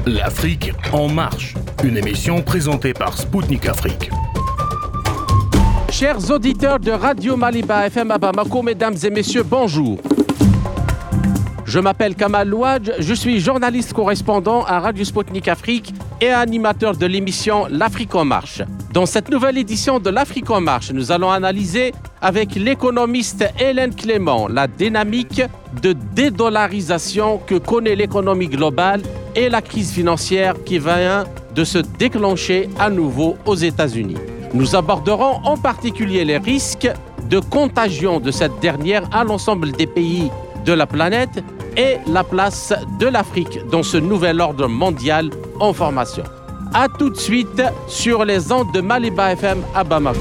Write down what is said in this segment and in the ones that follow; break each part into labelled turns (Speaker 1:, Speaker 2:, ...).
Speaker 1: L'Afrique en marche, une émission présentée par Spoutnik Afrique.
Speaker 2: Chers auditeurs de Radio Maliba FM à Bamako, mesdames et messieurs, bonjour. Je m'appelle Kamal Louadj, je suis journaliste correspondant à Radio Spoutnik Afrique et animateur de l'émission L'Afrique en marche. Dans cette nouvelle édition de L'Afrique en marche, nous allons analyser avec l'économiste Hélène Clément la dynamique de dédollarisation que connaît l'économie globale et la crise financière qui vient de se déclencher à nouveau aux États-Unis. Nous aborderons en particulier les risques de contagion de cette dernière à l'ensemble des pays de la planète et la place de l'Afrique dans ce nouvel ordre mondial en formation. A tout de suite sur les ondes de Maliba FM à Bamako.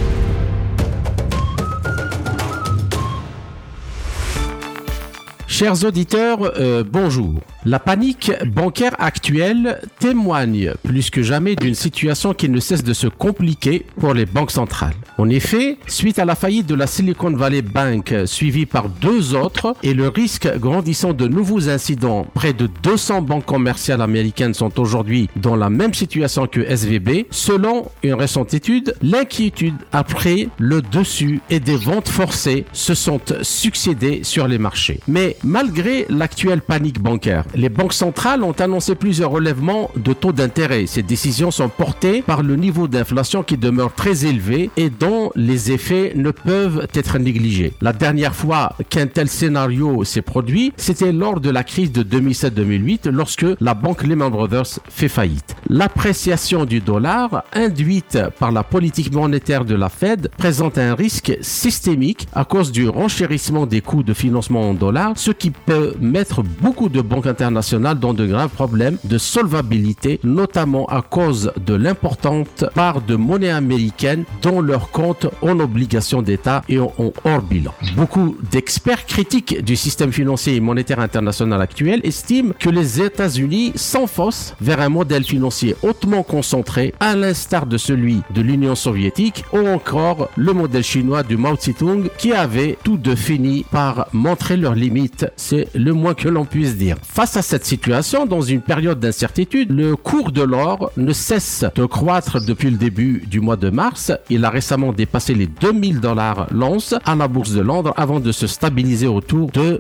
Speaker 2: Chers auditeurs, bonjour. La panique bancaire actuelle témoigne plus que jamais d'une situation qui ne cesse de se compliquer pour les banques centrales. En effet, suite à la faillite de la Silicon Valley Bank suivie par deux autres et le risque grandissant de nouveaux incidents, près de 200 banques commerciales américaines sont aujourd'hui dans la même situation que SVB. Selon une récente étude, l'inquiétude après le dessus et des ventes forcées se sont succédées sur les marchés. Mais malgré l'actuelle panique bancaire, les banques centrales ont annoncé plusieurs relèvements de taux d'intérêt. Ces décisions sont portées par le niveau d'inflation qui demeure très élevé et dont les effets ne peuvent être négligés. La dernière fois qu'un tel scénario s'est produit, c'était lors de la crise de 2007-2008 lorsque la banque Lehman Brothers fait faillite. L'appréciation du dollar induite par la politique monétaire de la Fed présente un risque systémique à cause du renchérissement des coûts de financement en dollars, ce qui peut mettre beaucoup de banques internationales dans de graves problèmes de solvabilité, notamment à cause de l'importante part de monnaie américaine dans leurs comptes en obligations d'État et en hors bilan. Beaucoup d'experts critiques du système financier et monétaire international actuel estiment que les États-Unis s'enfoncent vers un modèle financier hautement concentré, à l'instar de celui de l'Union soviétique ou encore le modèle chinois du Mao Tse-tung qui avait tous deux fini par montrer leurs limites. C'est le moins que l'on puisse dire. Face à cette situation, dans une période d'incertitude, le cours de l'or ne cesse de croître depuis le début du mois de mars. Il a récemment dépassé les $2000 l'once à la bourse de Londres avant de se stabiliser autour de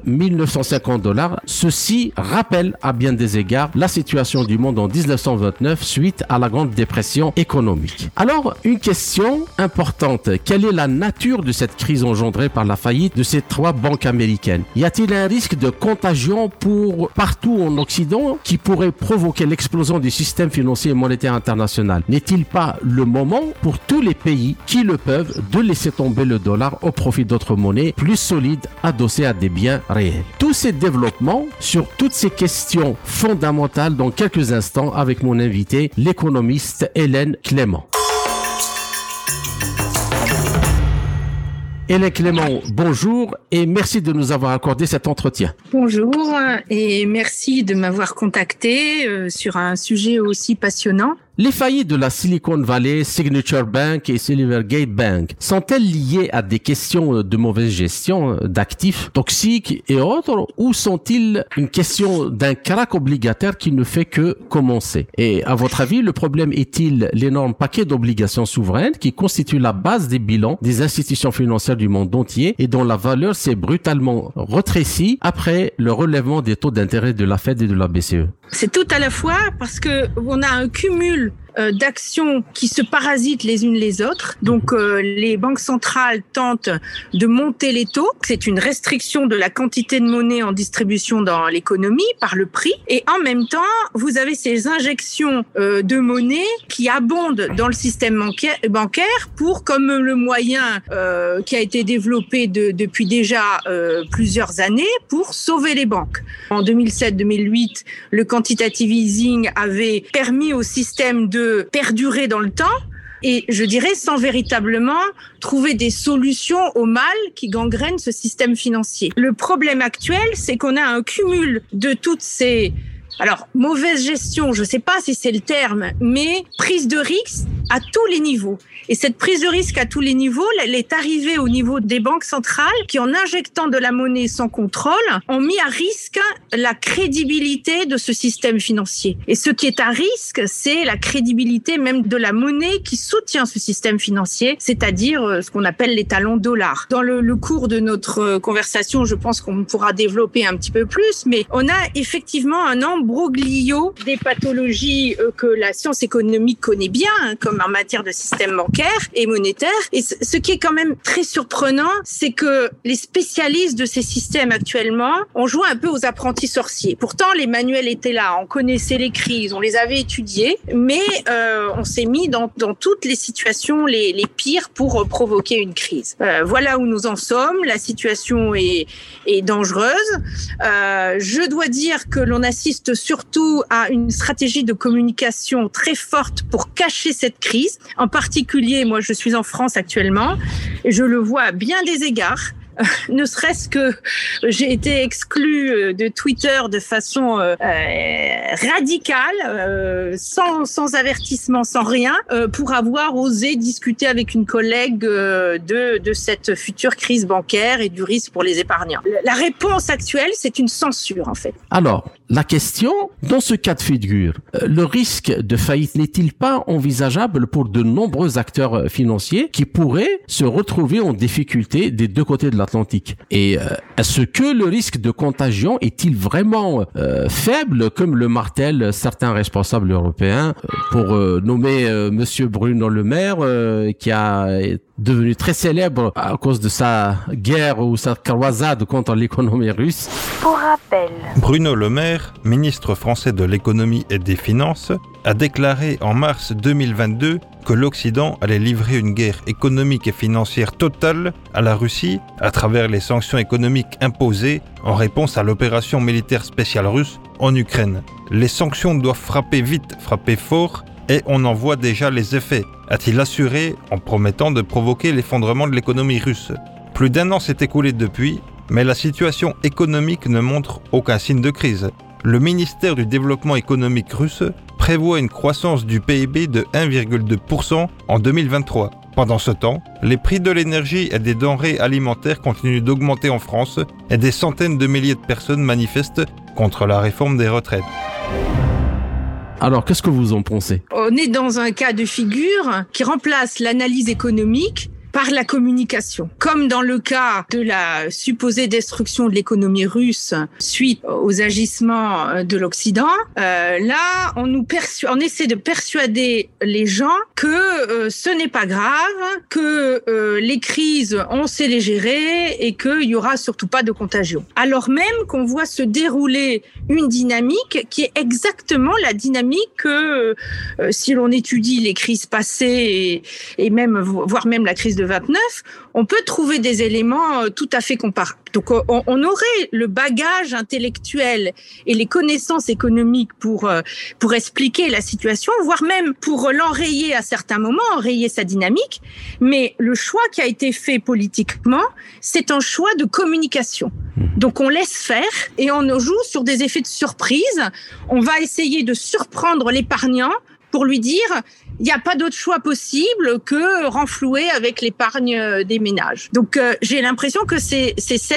Speaker 2: $1950. Ceci rappelle à bien des égards la situation du monde en 1929 suite à la Grande Dépression économique. Alors, une question importante. Quelle est la nature de cette crise engendrée par la faillite de ces trois banques américaines? Y a-t-il un risque de contagion pour partout en Occident qui pourrait provoquer l'explosion du système financier et monétaire international? N'est-il pas le moment pour tous les pays qui le peuvent de laisser tomber le dollar au profit d'autres monnaies plus solides adossées à des biens réels? Tous ces développements sur toutes ces questions fondamentales dans quelques instants avec mon invité, l'économiste Hélène Clément. Hélène Clément, bonjour et merci de nous avoir accordé cet entretien.
Speaker 3: Bonjour et merci de m'avoir contacté sur un sujet aussi passionnant.
Speaker 2: Les faillites de la Silicon Valley, Signature Bank et Silvergate Bank sont-elles liées à des questions de mauvaise gestion d'actifs toxiques et autres, ou sont-ils une question d'un krach obligataire qui ne fait que commencer? Et à votre avis, le problème est-il l'énorme paquet d'obligations souveraines qui constituent la base des bilans des institutions financières du monde entier et dont la valeur s'est brutalement rétrécie après le relèvement des taux d'intérêt de la Fed et de la BCE?
Speaker 3: C'est tout à la fois parce que on a un cumul d'actions qui se parasitent les unes les autres. Donc les banques centrales tentent de monter les taux. C'est une restriction de la quantité de monnaie en distribution dans l'économie par le prix. Et en même temps, vous avez ces injections de monnaie qui abondent dans le système bancaire pour, comme le moyen qui a été développé depuis déjà plusieurs années, pour sauver les banques. En 2007-2008, le quantitative easing avait permis au système de perdurer dans le temps et je dirais sans véritablement trouver des solutions au mal qui gangrène ce système financier. Le problème actuel, c'est qu'on a un cumul de toutes ces... Alors, mauvaise gestion, je ne sais pas si c'est le terme, mais prise de risque à tous les niveaux. Et cette prise de risque à tous les niveaux, elle est arrivée au niveau des banques centrales qui, en injectant de la monnaie sans contrôle, ont mis à risque la crédibilité de ce système financier. Et ce qui est à risque, c'est la crédibilité même de la monnaie qui soutient ce système financier, c'est-à-dire ce qu'on appelle les talons dollars. Dans le cours de notre conversation, je pense qu'on pourra développer un petit peu plus, mais on a effectivement un embroglio des pathologies que la science économique connaît bien, comme en matière de système bancaire et monétaire. Et ce qui est quand même très surprenant, c'est que les spécialistes de ces systèmes actuellement ont joué un peu aux apprentis sorciers. Pourtant, les manuels étaient là, on connaissait les crises, on les avait étudiées, mais on s'est mis dans toutes les situations les pires pour provoquer une crise. Voilà où nous en sommes. La situation est dangereuse. Je dois dire que l'on assiste surtout à une stratégie de communication très forte pour cacher cette crise. En particulier, moi, je suis en France actuellement et je le vois à bien des égards. Ne serait-ce que j'ai été exclue de Twitter de façon radicale, sans avertissement, sans rien, pour avoir osé discuter avec une collègue de cette future crise bancaire et du risque pour les épargnants. La réponse actuelle, c'est une censure, en fait.
Speaker 2: Alors, la question, dans ce cas de figure, le risque de faillite n'est-il pas envisageable pour de nombreux acteurs financiers qui pourraient se retrouver en difficulté des deux côtés de l'Atlantique? Et est-ce que le risque de contagion est-il vraiment faible, comme le martèlent certains responsables européens, pour nommer Monsieur Bruno Le Maire, qui a devenu très célèbre à cause de sa guerre ou sa croisade contre l'économie russe.
Speaker 4: Pour rappel,
Speaker 5: Bruno Le Maire, ministre français de l'économie et des finances, a déclaré en mars 2022 que l'Occident allait livrer une guerre économique et financière totale à la Russie à travers les sanctions économiques imposées en réponse à l'opération militaire spéciale russe en Ukraine. Les sanctions doivent frapper vite, frapper fort, et on en voit déjà les effets, a-t-il assuré en promettant de provoquer l'effondrement de l'économie russe. Plus d'un an s'est écoulé depuis, mais la situation économique ne montre aucun signe de crise. Le ministère du Développement économique russe prévoit une croissance du PIB de 1,2% en 2023. Pendant ce temps, les prix de l'énergie et des denrées alimentaires continuent d'augmenter en France et des centaines de milliers de personnes manifestent contre la réforme des retraites.
Speaker 2: Alors, qu'est-ce que vous en pensez?
Speaker 3: On est dans un cas de figure qui remplace l'analyse économique par la communication. Comme dans le cas de la supposée destruction de l'économie russe suite aux agissements de l'Occident, là, on essaie de persuader les gens que ce n'est pas grave, que les crises, on sait les gérer et qu'il y aura surtout pas de contagion. Alors même qu'on voit se dérouler une dynamique qui est exactement la dynamique que, si l'on étudie les crises passées et même, voire même la crise de 29, on peut trouver des éléments tout à fait comparables. Donc, on aurait le bagage intellectuel et les connaissances économiques pour expliquer la situation, voire même pour l'enrayer à certains moments, enrayer sa dynamique. Mais le choix qui a été fait politiquement, c'est un choix de communication. Donc, on laisse faire et on joue sur des effets de surprise. On va essayer de surprendre l'épargnant pour lui dire il n'y a pas d'autre choix possible que renflouer avec l'épargne des ménages. Donc, j'ai l'impression que c'est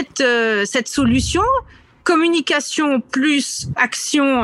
Speaker 3: cette solution, communication plus action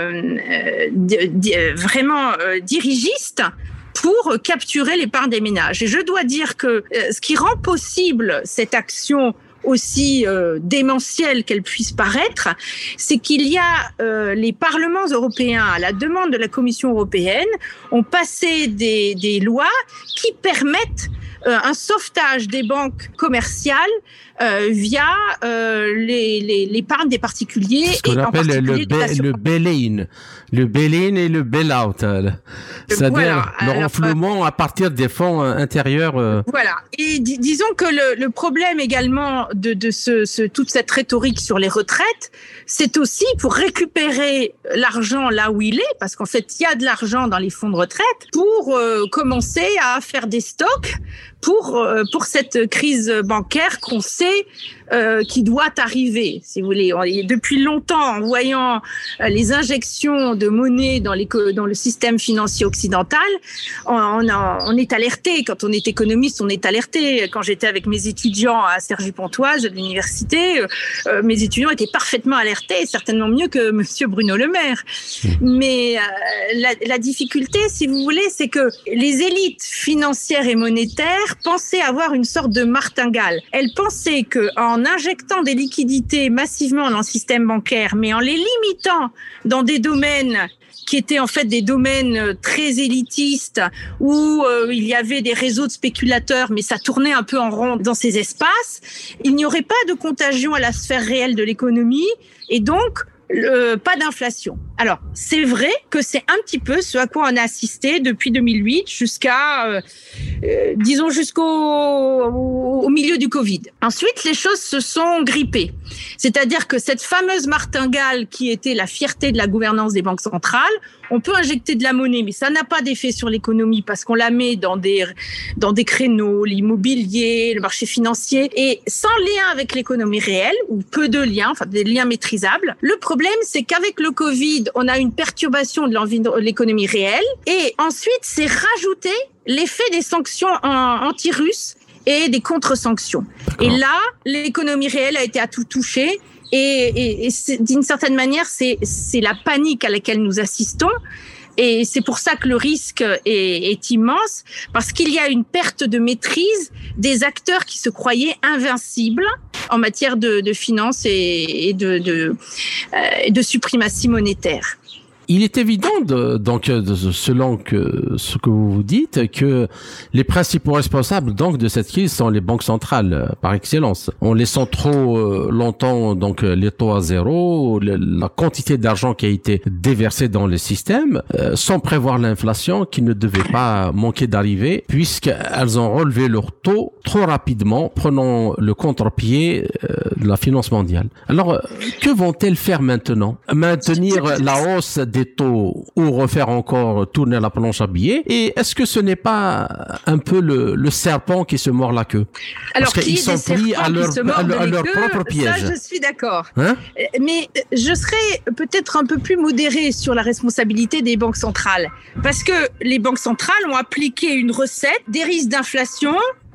Speaker 3: vraiment dirigiste, pour capturer l'épargne des ménages. Et je dois dire que ce qui rend possible cette action aussi démentielle qu'elle puisse paraître, c'est qu'il y a les parlements européens, à la demande de la Commission européenne, ont passé des lois qui permettent un sauvetage des banques commerciales via l'épargne des particuliers.
Speaker 2: Ce qu'on appelle le bail-in. Le bail-in et le bail-out. C'est-à-dire
Speaker 3: voilà.
Speaker 2: le renflouement à partir des fonds intérieurs.
Speaker 3: Voilà. Et disons que le problème également de toute cette rhétorique sur les retraites, c'est aussi pour récupérer l'argent là où il est, parce qu'en fait, il y a de l'argent dans les fonds de retraite, pour commencer à faire des stocks pour cette crise bancaire qu'on sait qui doit arriver, si vous voulez. Depuis longtemps, en voyant les injections de monnaie dans le système financier occidental, on est alerté. Quand on est économiste, on est alerté. Quand j'étais avec mes étudiants à Cergy-Pontoise, de l'université, mes étudiants étaient parfaitement alertés, certainement mieux que Monsieur Bruno Le Maire. Mais la difficulté, si vous voulez, c'est que les élites financières et monétaires pensaient avoir une sorte de martingale. Elles pensaient qu'en injectant des liquidités massivement dans le système bancaire, mais en les limitant dans des domaines qui étaient en fait des domaines très élitistes où il y avait des réseaux de spéculateurs, mais ça tournait un peu en rond dans ces espaces, il n'y aurait pas de contagion à la sphère réelle de l'économie et donc pas d'inflation. Alors, c'est vrai que c'est un petit peu ce à quoi on a assisté depuis 2008 jusqu'au milieu du Covid. Ensuite, les choses se sont grippées. C'est-à-dire que cette fameuse martingale qui était la fierté de la gouvernance des banques centrales, on peut injecter de la monnaie, mais ça n'a pas d'effet sur l'économie parce qu'on la met dans des créneaux, l'immobilier, le marché financier, et sans lien avec l'économie réelle, ou peu de liens, enfin des liens maîtrisables. Le problème, c'est qu'avec le Covid, on a une perturbation de l'économie réelle, et ensuite, c'est rajouter l'effet des sanctions anti-russes et des contre-sanctions. Et là, l'économie réelle a été à tout toucher. Et d'une certaine manière, c'est la panique à laquelle nous assistons. Et c'est pour ça que le risque est immense, parce qu'il y a une perte de maîtrise des acteurs qui se croyaient invincibles en matière de finances et de suprématie monétaire.
Speaker 2: Il est évident, selon ce que vous dites, que les principaux responsables de cette crise sont les banques centrales par excellence. En laissant trop longtemps les taux à zéro, la quantité d'argent qui a été déversée dans le système, sans prévoir l'inflation qui ne devait pas manquer d'arriver, puisqu'elles ont relevé leurs taux trop rapidement, prenant le contre-pied de la finance mondiale. Alors, que vont-elles faire maintenant? Maintenir la hausse des taux ou refaire encore tourner la planche à billets? Et est-ce que ce n'est pas un peu le serpent qui se mord la queue?
Speaker 3: Alors,
Speaker 2: parce qu'ils sont pris à leur propre piège.
Speaker 3: Ça, je suis d'accord. Mais je serais peut-être un peu plus modérée sur la responsabilité des banques centrales. Parce que les banques centrales ont appliqué une recette, des risques d'inflation,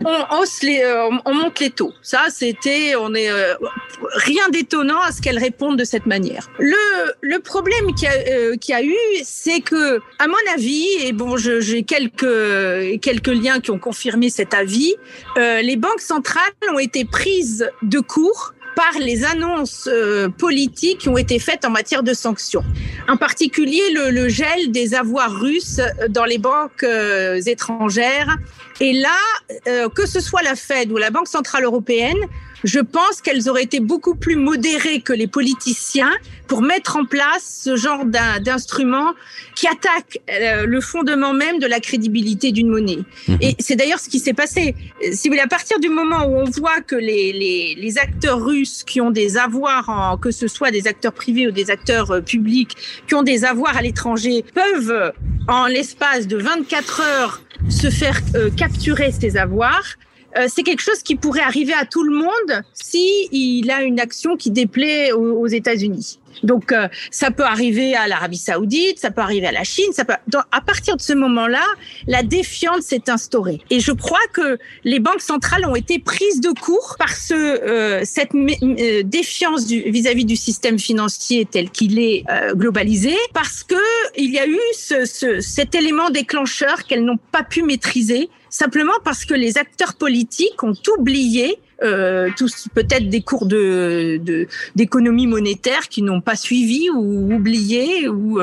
Speaker 3: on monte les taux. Ça, on est rien d'étonnant à ce qu'elles répondent de cette manière. Le problème qu'il y a eu, c'est que, à mon avis, et bon, j'ai quelques liens qui ont confirmé cet avis, les banques centrales ont été prises de court par les annonces politiques qui ont été faites en matière de sanctions. En particulier, le gel des avoirs russes dans les banques étrangères. Et là, que ce soit la Fed ou la Banque centrale européenne, je pense qu'elles auraient été beaucoup plus modérées que les politiciens pour mettre en place ce genre d'instrument qui attaque le fondement même de la crédibilité d'une monnaie. Et c'est d'ailleurs ce qui s'est passé. Si vous voulez, à partir du moment où on voit que les acteurs russes qui ont des avoirs, que ce soit des acteurs privés ou des acteurs publics, qui ont des avoirs à l'étranger, peuvent, en l'espace de 24 heures, se faire capturer ces avoirs, c'est quelque chose qui pourrait arriver à tout le monde si il a une action qui déplaît aux États-Unis. Donc, ça peut arriver à l'Arabie Saoudite, ça peut arriver à la Chine, à partir de ce moment-là, la défiance s'est instaurée. Et je crois que les banques centrales ont été prises de court par cette défiance vis-à-vis du système financier tel qu'il est globalisé, parce que il y a eu cet élément déclencheur qu'elles n'ont pas pu maîtriser, simplement parce que les acteurs politiques ont oublié tous peut-être des cours d'économie monétaire qui n'ont pas suivi ou oublié ou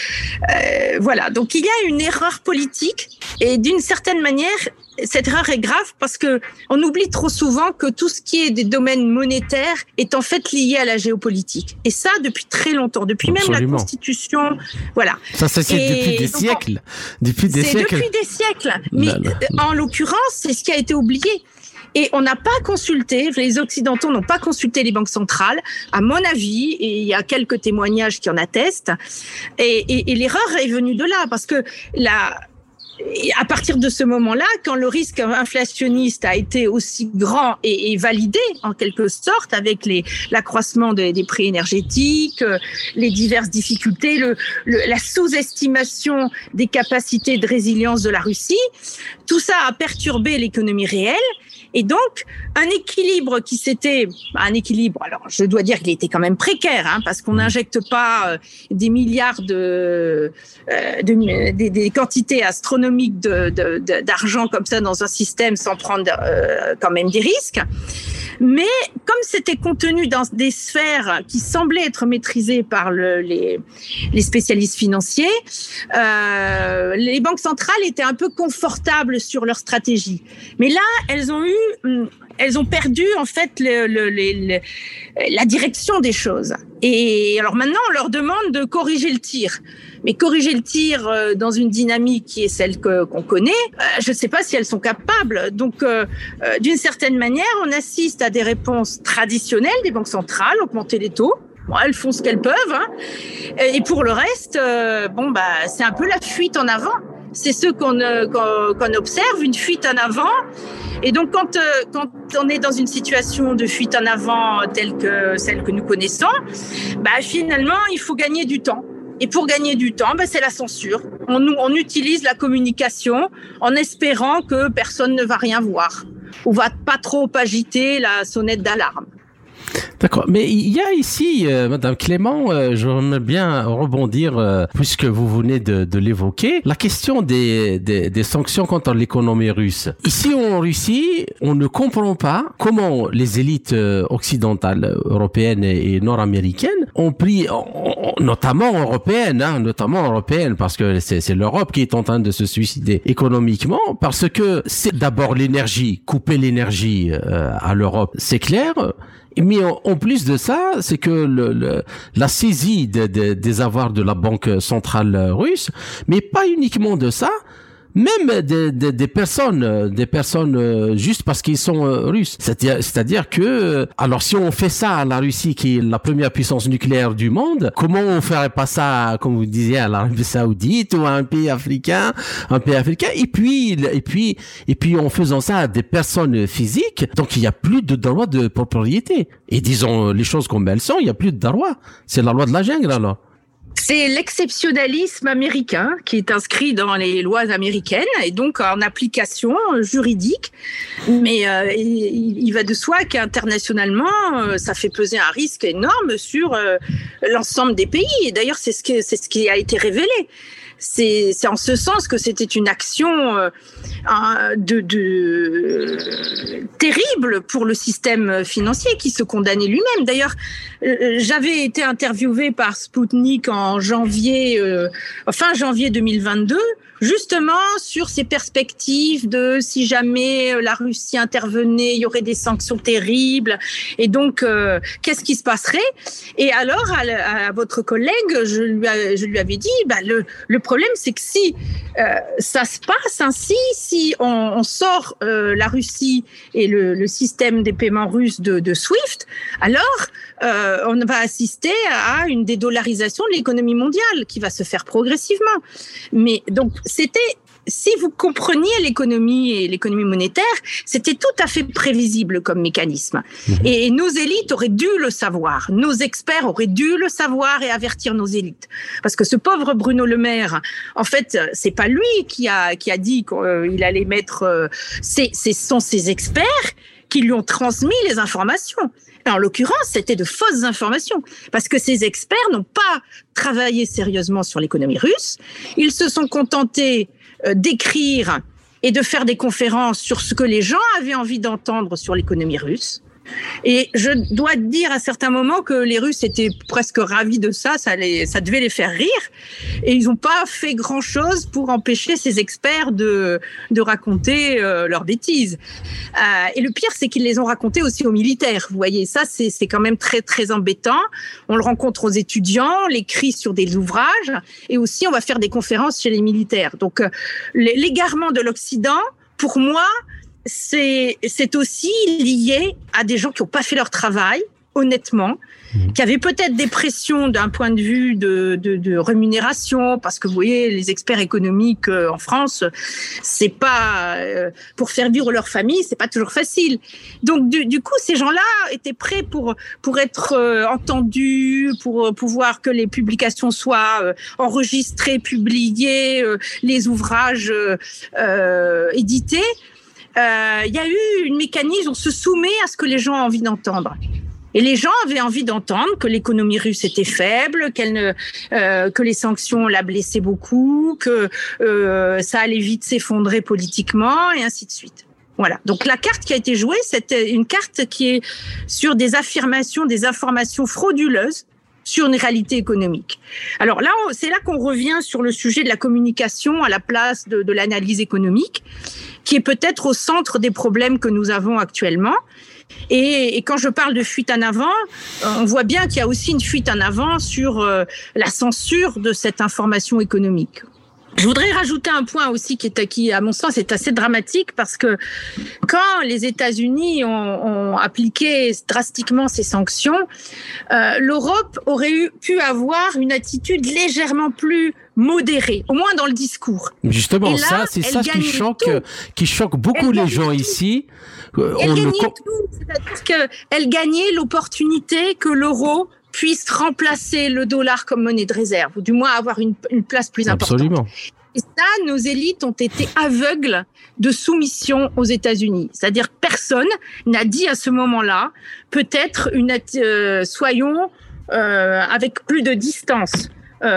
Speaker 3: voilà. Donc il y a une erreur politique et d'une certaine manière cette erreur est grave parce que on oublie trop souvent que tout ce qui est des domaines monétaires est en fait lié à la géopolitique. Et ça depuis très longtemps, depuis
Speaker 2: Absolument.
Speaker 3: Même la Constitution, voilà.
Speaker 2: Ça c'est depuis des siècles. Depuis des siècles.
Speaker 3: Mais en l'occurrence, c'est ce qui a été oublié. Et on n'a pas consulté, les Occidentaux n'ont pas consulté les banques centrales, à mon avis, et il y a quelques témoignages qui en attestent. Et l'erreur est venue de là, parce que Et à partir de ce moment-là, quand le risque inflationniste a été aussi grand et validé en quelque sorte avec l'accroissement des prix énergétiques, les diverses difficultés, la sous-estimation des capacités de résilience de la Russie, tout ça a perturbé l'économie réelle. Et donc, un équilibre alors je dois dire qu'il était quand même précaire, parce qu'on n'injecte pas des milliards des quantités astronomiques d'argent comme ça dans un système sans prendre quand même des risques. Mais comme c'était contenu dans des sphères qui semblaient être maîtrisées par les spécialistes financiers, les banques centrales étaient un peu confortables sur leur stratégie. Mais là, elles ont perdu en fait la direction des choses. Et alors maintenant, on leur demande de corriger le tir. Mais corriger le tir dans une dynamique qui est celle qu'on connaît, je ne sais pas si elles sont capables. Donc, d'une certaine manière, on assiste à des réponses traditionnelles des banques centrales, augmenter les taux. Bon, elles font ce qu'elles peuvent. Et pour le reste, c'est un peu la fuite en avant. C'est ce qu'on observe, une fuite en avant. Et donc, quand on est dans une situation de fuite en avant telle que celle que nous connaissons, finalement, il faut gagner du temps. Et pour gagner du temps, c'est la censure. On utilise la communication en espérant que personne ne va rien voir ou va pas trop agiter la sonnette d'alarme.
Speaker 2: D'accord, mais il y a ici, Madame Clément, j'aimerais bien rebondir, puisque vous venez de l'évoquer, la question des sanctions contre l'économie russe. Ici en Russie, on ne comprend pas comment les élites occidentales, européennes et nord-américaines ont pris, notamment européennes, parce que c'est l'Europe qui est en train de se suicider économiquement, parce que c'est d'abord l'énergie, couper l'énergie à l'Europe, c'est clair. Mais en plus de ça, c'est que la saisie des avoirs de la Banque centrale russe, mais pas uniquement de ça, même des personnes juste parce qu'ils sont russes. C'est-à-dire que, alors si on fait ça à la Russie, qui est la première puissance nucléaire du monde, comment on ferait pas ça, comme vous disiez, à l'Arabie Saoudite ou à un pays africain, et puis en faisant ça à des personnes physiques, donc il y a plus de droit de propriété. Et disons les choses comme elles sont, il y a plus de droit. C'est la loi de la jungle alors.
Speaker 3: C'est l'exceptionnalisme américain qui est inscrit dans les lois américaines et donc en application juridique. Mais il va de soi qu'internationalement, ça fait peser un risque énorme sur l'ensemble des pays. Et d'ailleurs, c'est ce qui a été révélé. C'est en ce sens que c'était une action terrible pour le système financier qui se condamnait lui-même. D'ailleurs, j'avais été interviewée par Sputnik fin janvier 2022, justement sur ces perspectives de si jamais la Russie intervenait, il y aurait des sanctions terribles. Et donc, qu'est-ce qui se passerait? Et alors, à votre collègue, je lui avais dit, le problème, c'est que si ça se passe ainsi, si on sort la Russie et le système des paiements russes de SWIFT, alors on va assister à une dédollarisation de l'économie mondiale qui va se faire progressivement. Mais donc, si vous compreniez l'économie et l'économie monétaire, c'était tout à fait prévisible comme mécanisme. Et nos élites auraient dû le savoir. Nos experts auraient dû le savoir et avertir nos élites. Parce que ce pauvre Bruno Le Maire, en fait, c'est pas lui qui a dit qu'il allait mettre... Ce sont ses experts qui lui ont transmis les informations. En l'occurrence, c'était de fausses informations, parce que ces experts n'ont pas travaillé sérieusement sur l'économie russe. Ils se sont contentés d'écrire et de faire des conférences sur ce que les gens avaient envie d'entendre sur l'économie russe. Et je dois dire à certains moments que les Russes étaient presque ravis de ça, ça devait les faire rire. Et ils n'ont pas fait grand-chose pour empêcher ces experts de raconter leurs bêtises. Et le pire, c'est qu'ils les ont racontées aussi aux militaires. Vous voyez, ça, c'est quand même très, très embêtant. On le rencontre aux étudiants, on l'écrit sur des ouvrages, et aussi on va faire des conférences chez les militaires. Donc, l'égarement de l'Occident, pour moi, c'est aussi lié à des gens qui n'ont pas fait leur travail honnêtement, qu'il y avait peut-être des pressions d'un point de vue de rémunération, parce que vous voyez, les experts économiques en France, c'est pas pour faire vivre leur famille, c'est pas toujours facile. Donc du coup, ces gens-là étaient prêts pour être entendus, pour pouvoir que les publications soient enregistrées, publiées, les ouvrages édités. Il y a eu une mécanisme, on se soumet à ce que les gens ont envie d'entendre. Et les gens avaient envie d'entendre que l'économie russe était faible, que les sanctions la blessaient beaucoup, que ça allait vite s'effondrer politiquement, et ainsi de suite. Voilà. Donc la carte qui a été jouée, c'était une carte qui est sur des affirmations, des informations frauduleuses sur une réalité économique. Alors là, c'est là qu'on revient sur le sujet de la communication à la place de l'analyse économique, qui est peut-être au centre des problèmes que nous avons actuellement. Et quand je parle de fuite en avant, on voit bien qu'il y a aussi une fuite en avant sur la censure de cette information économique. Je voudrais rajouter un point aussi qui, à mon sens, est assez dramatique, parce que quand les États-Unis ont appliqué drastiquement ces sanctions, l'Europe aurait pu avoir une attitude légèrement plus modérée, au moins dans le discours.
Speaker 2: Justement,
Speaker 3: là,
Speaker 2: ça, c'est ça qui choque beaucoup les gens ici.
Speaker 3: Elle gagnait tout, c'est-à-dire qu'elle gagnait l'opportunité que l'euro puisse remplacer le dollar comme monnaie de réserve, ou du moins avoir une place plus importante.
Speaker 2: Absolument.
Speaker 3: Et ça, nos élites ont été aveugles de soumission aux États-Unis. C'est-à-dire que personne n'a dit à ce moment-là, peut-être soyons avec plus de distance.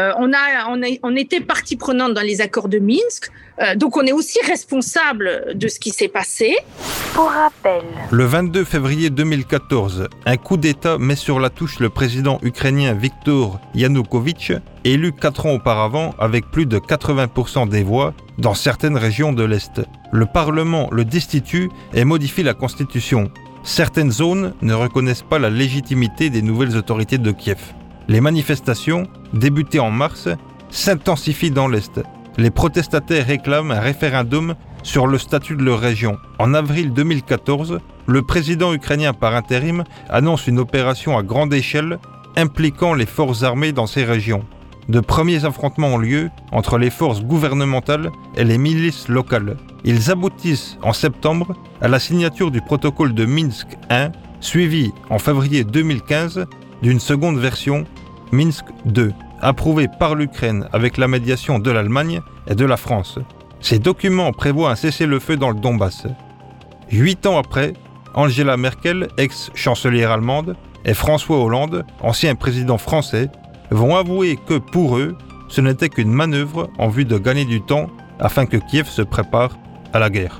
Speaker 3: On était partie prenante dans les accords de Minsk, donc on est aussi responsable de ce qui s'est passé.
Speaker 4: Pour rappel,
Speaker 5: le 22 février 2014, un coup d'État met sur la touche le président ukrainien Viktor Yanukovych, élu 4 ans auparavant avec plus de 80% des voix dans certaines régions de l'Est. Le Parlement le destitue et modifie la Constitution. Certaines zones ne reconnaissent pas la légitimité des nouvelles autorités de Kiev. Les manifestations, débutées en mars, s'intensifient dans l'Est. Les protestataires réclament un référendum sur le statut de leur région. En avril 2014, le président ukrainien par intérim annonce une opération à grande échelle impliquant les forces armées dans ces régions. De premiers affrontements ont lieu entre les forces gouvernementales et les milices locales. Ils aboutissent en septembre à la signature du protocole de Minsk I, suivi en février 2015 d'une seconde version, Minsk II, approuvée par l'Ukraine avec la médiation de l'Allemagne et de la France. Ces documents prévoient un cessez-le-feu dans le Donbass. 8 ans après, Angela Merkel, ex-chancelière allemande, et François Hollande, ancien président français, vont avouer que pour eux, ce n'était qu'une manœuvre en vue de gagner du temps afin que Kiev se prépare à la guerre.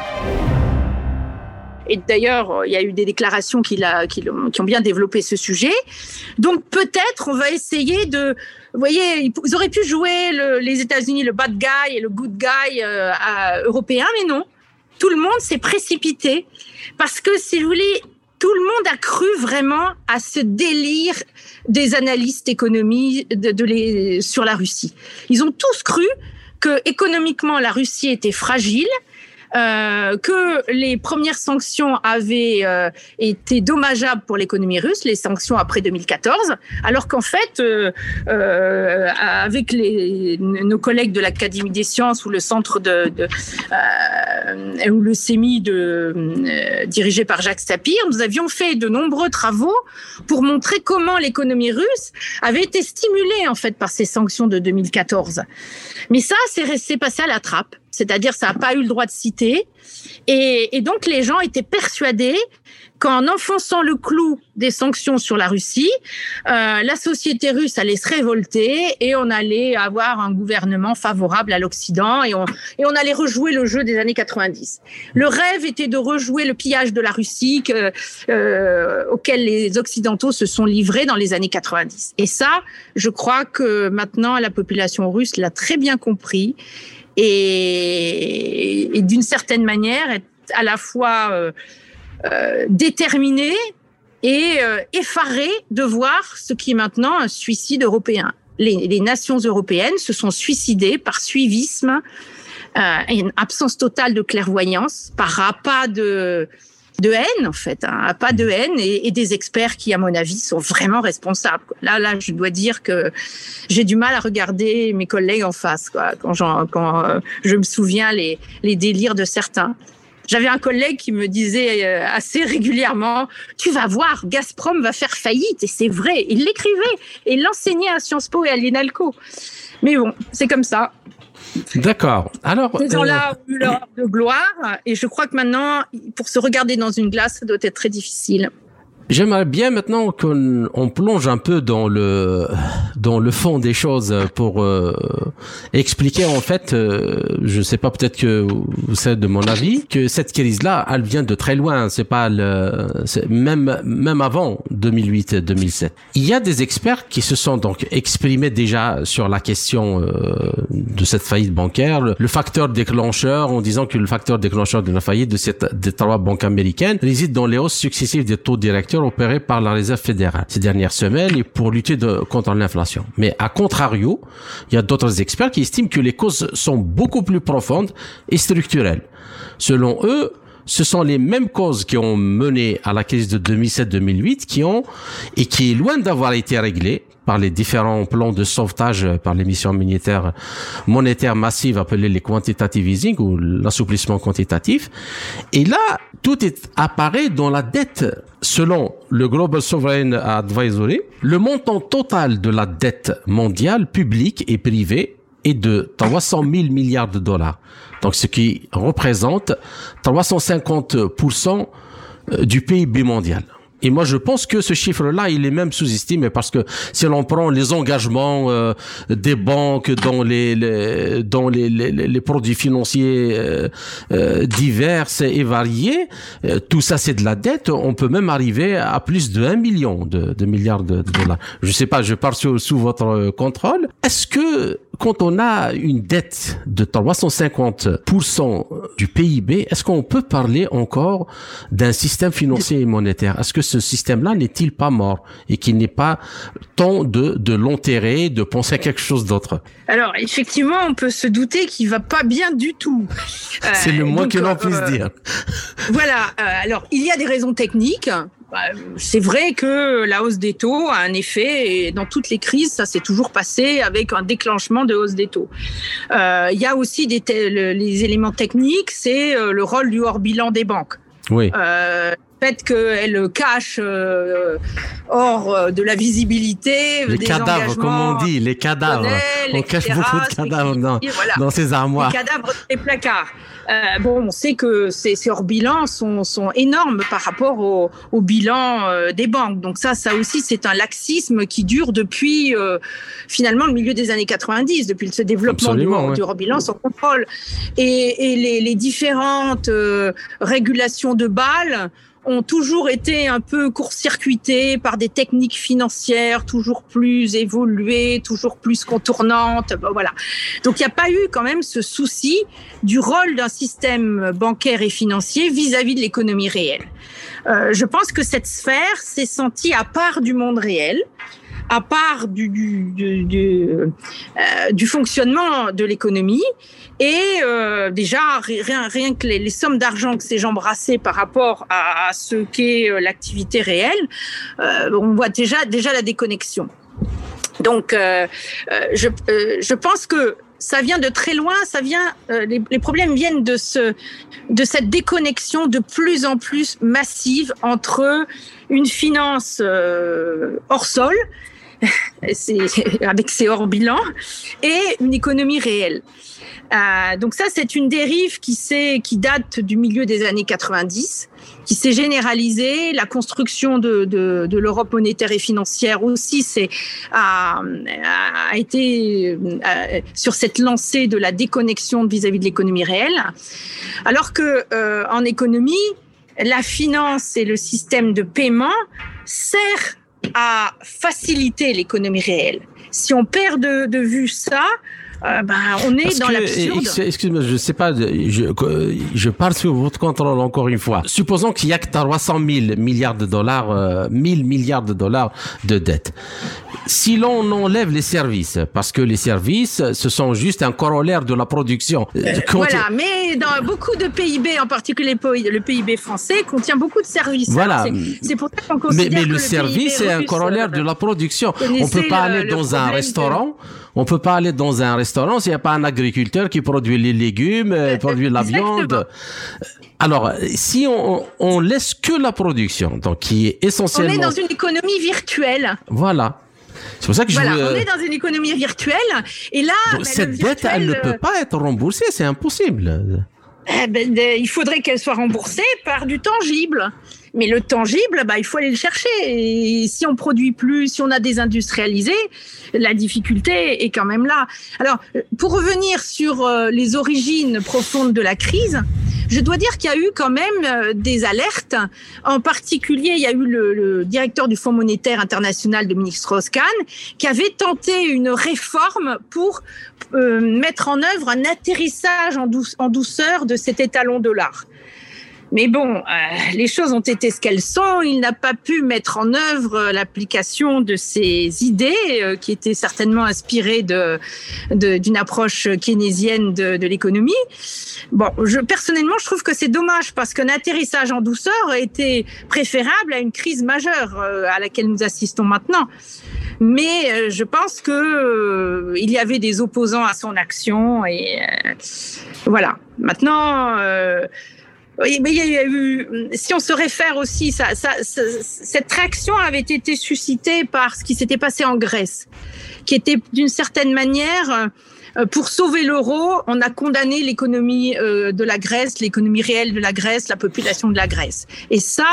Speaker 3: Et d'ailleurs, il y a eu des déclarations qui ont bien développé ce sujet. Donc peut-être on va essayer de... Vous voyez, ils auraient pu jouer les États-Unis, le bad guy et le good guy européen, mais non. Tout le monde s'est précipité parce que, si vous voulez, tout le monde a cru vraiment à ce délire des analystes économiques sur la Russie. Ils ont tous cru que économiquement la Russie était fragile, que les premières sanctions avaient été dommageables pour l'économie russe, les sanctions après 2014, alors qu'en fait, avec nos collègues de l'Académie des sciences ou le centre ou le CEMI dirigé par Jacques Sapir, nous avions fait de nombreux travaux pour montrer comment l'économie russe avait été stimulée en fait par ces sanctions de 2014. Mais ça, c'est passé à la trappe. C'est-à-dire, ça n'a pas eu le droit de citer. Et donc, les gens étaient persuadés qu'en enfonçant le clou des sanctions sur la Russie, la société russe allait se révolter et on allait avoir un gouvernement favorable à l'Occident et on allait rejouer le jeu des années 90. Le rêve était de rejouer le pillage de la Russie auquel les Occidentaux se sont livrés dans les années 90. Et ça, je crois que maintenant, la population russe l'a très bien compris. Et d'une certaine manière, est à la fois déterminée et effarée de voir ce qui est maintenant un suicide européen. Les nations européennes se sont suicidées par suivisme, une absence totale de clairvoyance, par appât de de haine, en fait, pas de haine, et des experts qui, à mon avis, sont vraiment responsables. Là, je dois dire que j'ai du mal à regarder mes collègues en face, quoi, quand je me souviens les délires de certains. J'avais un collègue qui me disait assez régulièrement « Tu vas voir, Gazprom va faire faillite ». Et c'est vrai, il l'écrivait et il l'enseignait à Sciences Po et à l'INALCO. Mais bon, c'est comme ça.
Speaker 2: D'accord. Alors,
Speaker 3: ces gens-là ont eu leur heure de gloire et je crois que maintenant, pour se regarder dans une glace, ça doit être très difficile.
Speaker 2: J'aimerais bien maintenant qu'on plonge un peu dans le fond des choses pour expliquer en fait, je sais pas, peut-être que vous savez de mon avis, que cette crise-là, elle vient de très loin. C'est pas même avant 2008-2007. Il y a des experts qui se sont donc exprimés déjà sur la question de cette faillite bancaire, le facteur déclencheur, en disant que le facteur déclencheur de la faillite des trois banques américaines réside dans les hausses successives des taux directeurs opérés par la Réserve fédérale ces dernières semaines et pour lutter contre l'inflation. Mais à contrario, il y a d'autres experts qui estiment que les causes sont beaucoup plus profondes et structurelles. Selon eux, ce sont les mêmes causes qui ont mené à la crise de 2007-2008 qui est loin d'avoir été réglées par les différents plans de sauvetage par l'émission monétaire massive appelée les quantitative easing ou l'assouplissement quantitatif. Et là, tout apparaît dans la dette. Selon le Global Sovereign Advisory, le montant total de la dette mondiale publique et privée est de 300 000 milliards de dollars. Donc, ce qui représente 350% du PIB mondial. Et moi, je pense que ce chiffre-là, il est même sous-estimé parce que si l'on prend les engagements des banques dans les produits financiers divers et variés, tout ça, c'est de la dette. On peut même arriver à plus de 1 million de milliards de dollars. Je sais pas, je parle sous votre contrôle. Est-ce que quand on a une dette de 350% du PIB, est-ce qu'on peut parler encore d'un système financier et monétaire? Est-ce que ce système-là n'est-il pas mort et qu'il n'est pas temps de l'enterrer, de penser à quelque chose d'autre?
Speaker 3: Alors, effectivement, on peut se douter qu'il va pas bien du tout.
Speaker 2: C'est le moins que l'on puisse dire.
Speaker 3: Voilà. Alors, il y a des raisons techniques. C'est vrai que la hausse des taux a un effet, et dans toutes les crises, ça s'est toujours passé avec un déclenchement de hausse des taux. Il y a aussi les éléments techniques, c'est le rôle du hors-bilan des banques.
Speaker 2: Oui.
Speaker 3: Le fait qu'elles cachent hors de la visibilité
Speaker 2: les
Speaker 3: des
Speaker 2: cadavres, comme on dit, les cadavres. On cache beaucoup de cadavres dans ces armoires.
Speaker 3: Les cadavres des placards. On sait que ces hors-bilans sont énormes par rapport au bilan des banques. Donc ça aussi, c'est un laxisme qui dure depuis finalement le milieu des années 90, depuis ce développement du hors-bilan sans contrôle. Et les différentes régulations de Bâle ont toujours été un peu court-circuitées par des techniques financières toujours plus évoluées, toujours plus contournantes. Voilà. Donc, il n'y a pas eu quand même ce souci du rôle d'un système bancaire et financier vis-à-vis de l'économie réelle. Je pense que cette sphère s'est sentie à part du monde réel, à part du fonctionnement de l'économie. Et déjà, rien que les sommes d'argent que ces gens brassaient par rapport à ce qu'est l'activité réelle, on voit déjà la déconnexion. Donc, je pense que ça vient de très loin. Les problèmes viennent de cette déconnexion de plus en plus massive entre une finance hors sol, avec ses hors bilans, et une économie réelle. Donc ça, c'est une dérive qui date du milieu des années 90, qui s'est généralisée. La construction de l'Europe monétaire et financière aussi a été sur cette lancée de la déconnexion vis-à-vis de l'économie réelle, alors que en économie, la finance et le système de paiement sert à faciliter l'économie réelle. Si on perd de vue ça, on est dans l'absurde.
Speaker 2: Excuse-moi, je sais pas, je parle sous votre contrôle encore une fois. Supposons qu'il y a que 300 000 milliards de dollars, 1000 milliards de dollars de dette. Si l'on enlève les services, parce que les services, ce sont juste un corollaire de la production.
Speaker 3: Voilà, mais dans beaucoup de PIB, en particulier le PIB français, contient beaucoup de services.
Speaker 2: Voilà.
Speaker 3: Alors, c'est pour ça qu'on considère
Speaker 2: mais
Speaker 3: que
Speaker 2: le service, c'est un corollaire de la production. On peut pas aller dans un restaurant. On peut pas aller dans un restaurant s'il n'y a pas un agriculteur qui produit les légumes, produit la viande. Alors, si on laisse que la production, donc qui est essentiellement...
Speaker 3: On est dans une économie virtuelle.
Speaker 2: Voilà. C'est pour ça que
Speaker 3: on est dans une économie virtuelle. Et là,
Speaker 2: cette dette, elle ne peut pas être remboursée, c'est impossible.
Speaker 3: Il faudrait qu'elle soit remboursée par du tangible. Mais le tangible, il faut aller le chercher. Et si on produit plus, si on a désindustrialisé, la difficulté est quand même là. Alors, pour revenir sur les origines profondes de la crise, je dois dire qu'il y a eu quand même des alertes. En particulier, il y a eu le directeur du Fonds monétaire international, Dominique Strauss-Kahn, qui avait tenté une réforme pour mettre en œuvre un atterrissage en douceur de cet étalon dollar. Mais bon, les choses ont été ce qu'elles sont. Il n'a pas pu mettre en œuvre l'application de ces idées qui étaient certainement inspirées d'une approche keynésienne de l'économie. Bon, personnellement, je trouve que c'est dommage parce qu'un atterrissage en douceur était préférable à une crise majeure à laquelle nous assistons maintenant. Mais je pense que il y avait des opposants à son action et voilà. Maintenant. Oui, mais il y a eu, si on se réfère aussi, cette réaction avait été suscitée par ce qui s'était passé en Grèce, qui était d'une certaine manière, pour sauver l'euro, on a condamné l'économie de la Grèce, l'économie réelle de la Grèce, la population de la Grèce. Et ça,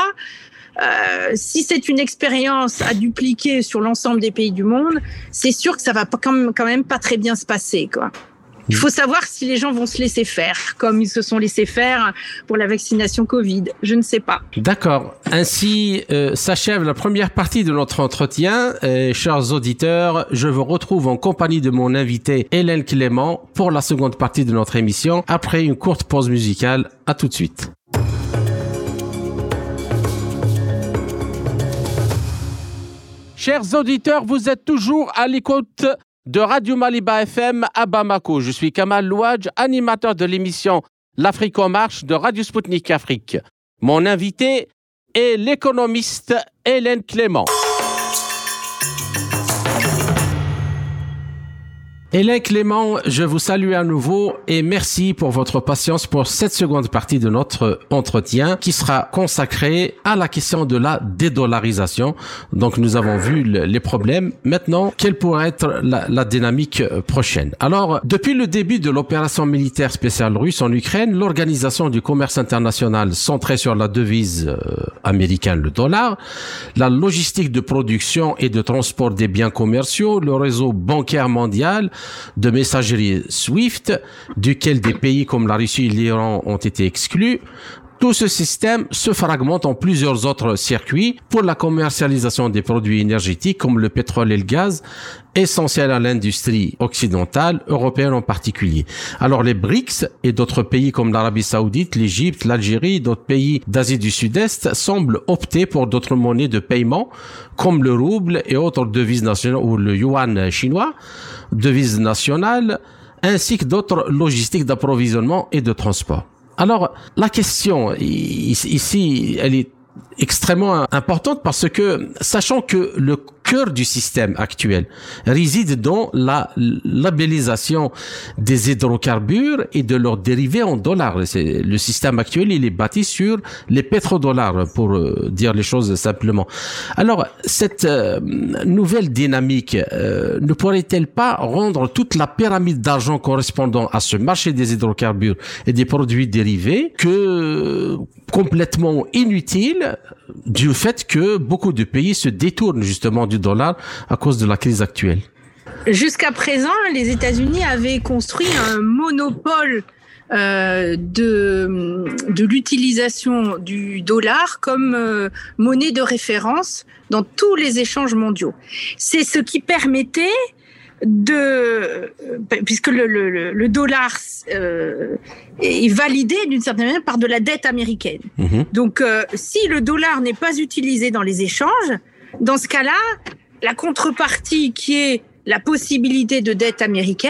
Speaker 3: si c'est une expérience à dupliquer sur l'ensemble des pays du monde, c'est sûr que ça va quand même pas très bien se passer, quoi. Il faut savoir si les gens vont se laisser faire, comme ils se sont laissés faire pour la vaccination Covid. Je ne sais pas.
Speaker 2: D'accord. Ainsi s'achève la première partie de notre entretien. Chers auditeurs, je vous retrouve en compagnie de mon invité Hélène Clément pour la seconde partie de notre émission, après une courte pause musicale. À tout de suite. Chers auditeurs, vous êtes toujours à l'écoute de Radio Maliba FM à Bamako. Je suis Kamal Louadj, animateur de l'émission L'Afrique en marche de Radio Sputnik Afrique. Mon invité est l'économiste Hélène Clément. Hélène Clément, je vous salue à nouveau et merci pour votre patience pour cette seconde partie de notre entretien qui sera consacrée à la question de la dédollarisation. Donc nous avons vu les problèmes. Maintenant, quelle pourrait être la dynamique prochaine? Alors, depuis le début de l'opération militaire spéciale russe en Ukraine, l'Organisation du commerce international centrée sur la devise américaine, le dollar, la logistique de production et de transport des biens commerciaux, le réseau bancaire mondial, de messagerie SWIFT, duquel des pays comme la Russie et l'Iran ont été exclus. Tout ce système se fragmente en plusieurs autres circuits pour la commercialisation des produits énergétiques comme le pétrole et le gaz, essentiels à l'industrie occidentale, européenne en particulier. Alors les BRICS et d'autres pays comme l'Arabie Saoudite, l'Égypte, l'Algérie, d'autres pays d'Asie du Sud-Est semblent opter pour d'autres monnaies de paiement comme le rouble et autres devises nationales ou le yuan chinois, devises nationales, ainsi que d'autres logistiques d'approvisionnement et de transport. Alors, la question ici, elle est extrêmement importante parce que, sachant que le cœur du système actuel réside dans la labellisation des hydrocarbures et de leurs dérivés en dollars. Le système actuel, il est bâti sur les pétrodollars, pour dire les choses simplement. Alors, cette nouvelle dynamique ne pourrait-elle pas rendre toute la pyramide d'argent correspondant à ce marché des hydrocarbures et des produits dérivés que complètement inutile du fait que beaucoup de pays se détournent justement du dollar à cause de la crise actuelle?
Speaker 3: Jusqu'à présent, les États-Unis avaient construit un monopole de l'utilisation du dollar comme monnaie de référence dans tous les échanges mondiaux. C'est ce qui permettait puisque le dollar est validé d'une certaine manière par de la dette américaine. Donc, si le dollar n'est pas utilisé dans les échanges, dans ce cas-là, la contrepartie qui est la possibilité de dette américaine,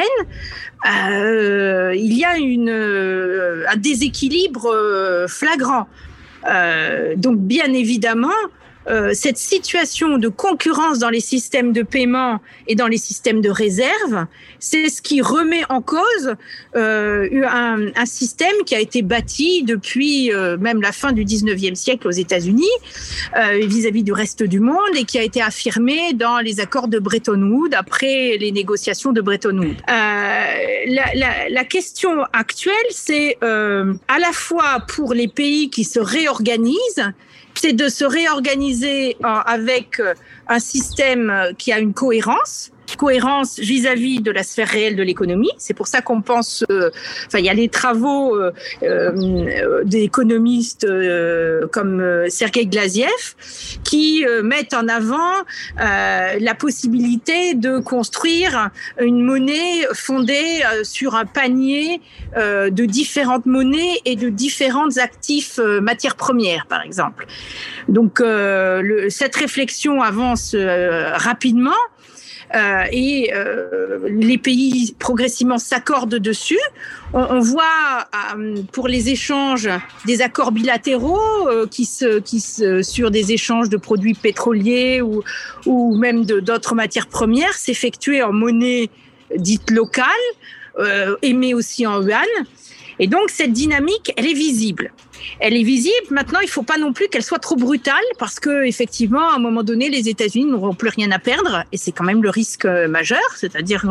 Speaker 3: il y a un déséquilibre flagrant. Donc, bien évidemment, cette situation de concurrence dans les systèmes de paiement et dans les systèmes de réserve, c'est ce qui remet en cause un système qui a été bâti depuis même la fin du 19e siècle aux États-Unis vis-à-vis du reste du monde et qui a été affirmé dans les accords de Bretton Woods après les négociations de Bretton Woods. La question actuelle, c'est à la fois pour les pays qui se réorganisent, c'est de se réorganiser avec un système qui a une cohérence vis-à-vis de la sphère réelle de l'économie. C'est pour ça qu'on pense, il y a les travaux d'économistes comme Sergueï Glaziev qui mettent en avant la possibilité de construire une monnaie fondée sur un panier de différentes monnaies et de différents actifs matières premières, par exemple. Donc, cette réflexion avance rapidement. Et les pays progressivement s'accordent dessus. On voit pour les échanges des accords bilatéraux sur des échanges de produits pétroliers ou même d'autres matières premières s'effectuer en monnaie dite locale, émet aussi en yuan. Et donc, cette dynamique, elle est visible. Elle est visible. Maintenant, il ne faut pas non plus qu'elle soit trop brutale parce que, effectivement, à un moment donné, les États-Unis n'auront plus rien à perdre et c'est quand même le risque majeur. C'est-à-dire,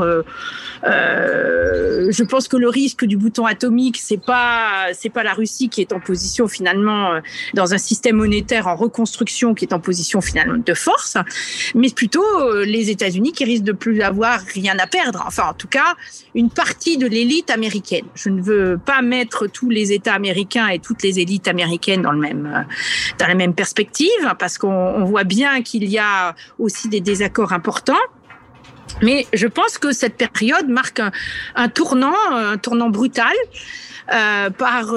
Speaker 3: je pense que le risque du bouton atomique, c'est pas la Russie qui est en position finalement dans un système monétaire en reconstruction qui est en position finalement de force, mais plutôt les États-Unis qui risquent de plus avoir rien à perdre. Enfin, en tout cas, une partie de l'élite américaine. Je ne veux pas mettre tous les États américains et toutes les élites américaines dans la même perspective, parce qu'on voit bien qu'il y a aussi des désaccords importants. Mais je pense que cette période marque un tournant brutal par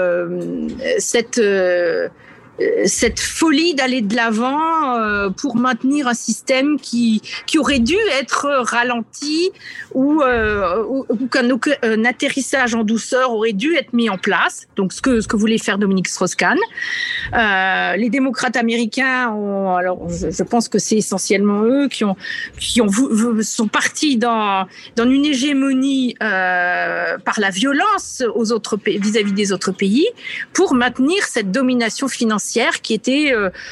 Speaker 3: cette folie d'aller de l'avant pour maintenir un système qui aurait dû être ralenti ou qu'un atterrissage en douceur aurait dû être mis en place. Donc ce que voulait faire Dominique Strauss-Kahn. Les démocrates américains je pense que c'est essentiellement eux qui sont partis dans une hégémonie par la violence vis-à-vis des autres pays pour maintenir cette domination financière qui était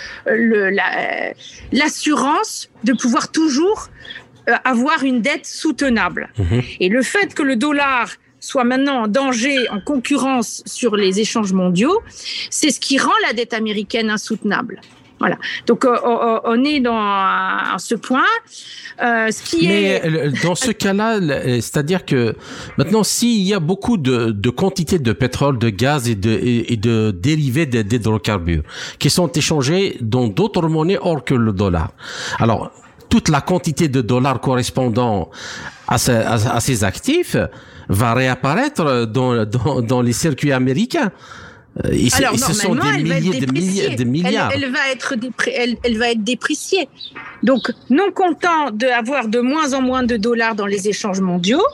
Speaker 3: l'assurance de pouvoir toujours avoir une dette soutenable. Et le fait que le dollar soit maintenant en danger, en concurrence sur les échanges mondiaux, c'est ce qui rend la dette américaine insoutenable. Voilà. Donc, on est dans ce point.
Speaker 2: Dans ce cas-là, c'est-à-dire que maintenant, s'il y a beaucoup de quantités de pétrole, de gaz et de dérivés d'hydrocarbures qui sont échangés dans d'autres monnaies hors que le dollar. Alors, toute la quantité de dollars correspondant à ces actifs va réapparaître dans les circuits américains. Ce sont des milliers de milliards.
Speaker 3: Elle va être dépréciée. Donc, non content d'avoir de moins en moins de dollars dans les échanges mondiaux,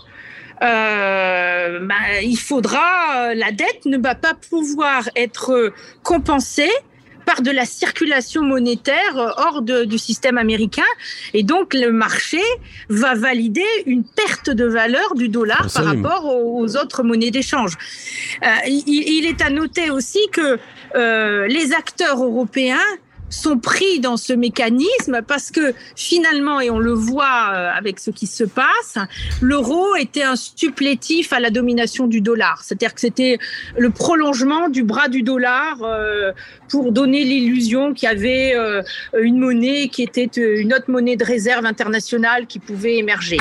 Speaker 3: il faudra, la dette ne va pas pouvoir être compensée par de la circulation monétaire hors du système américain. Et donc, le marché va valider une perte de valeur du dollar par rapport aux autres monnaies d'échange. Il est à noter aussi que les acteurs européens sont pris dans ce mécanisme parce que finalement, et on le voit avec ce qui se passe, l'euro était un supplétif à la domination du dollar. C'est-à-dire que c'était le prolongement du bras du dollar pour donner l'illusion qu'il y avait une monnaie qui était une autre monnaie de réserve internationale qui pouvait émerger.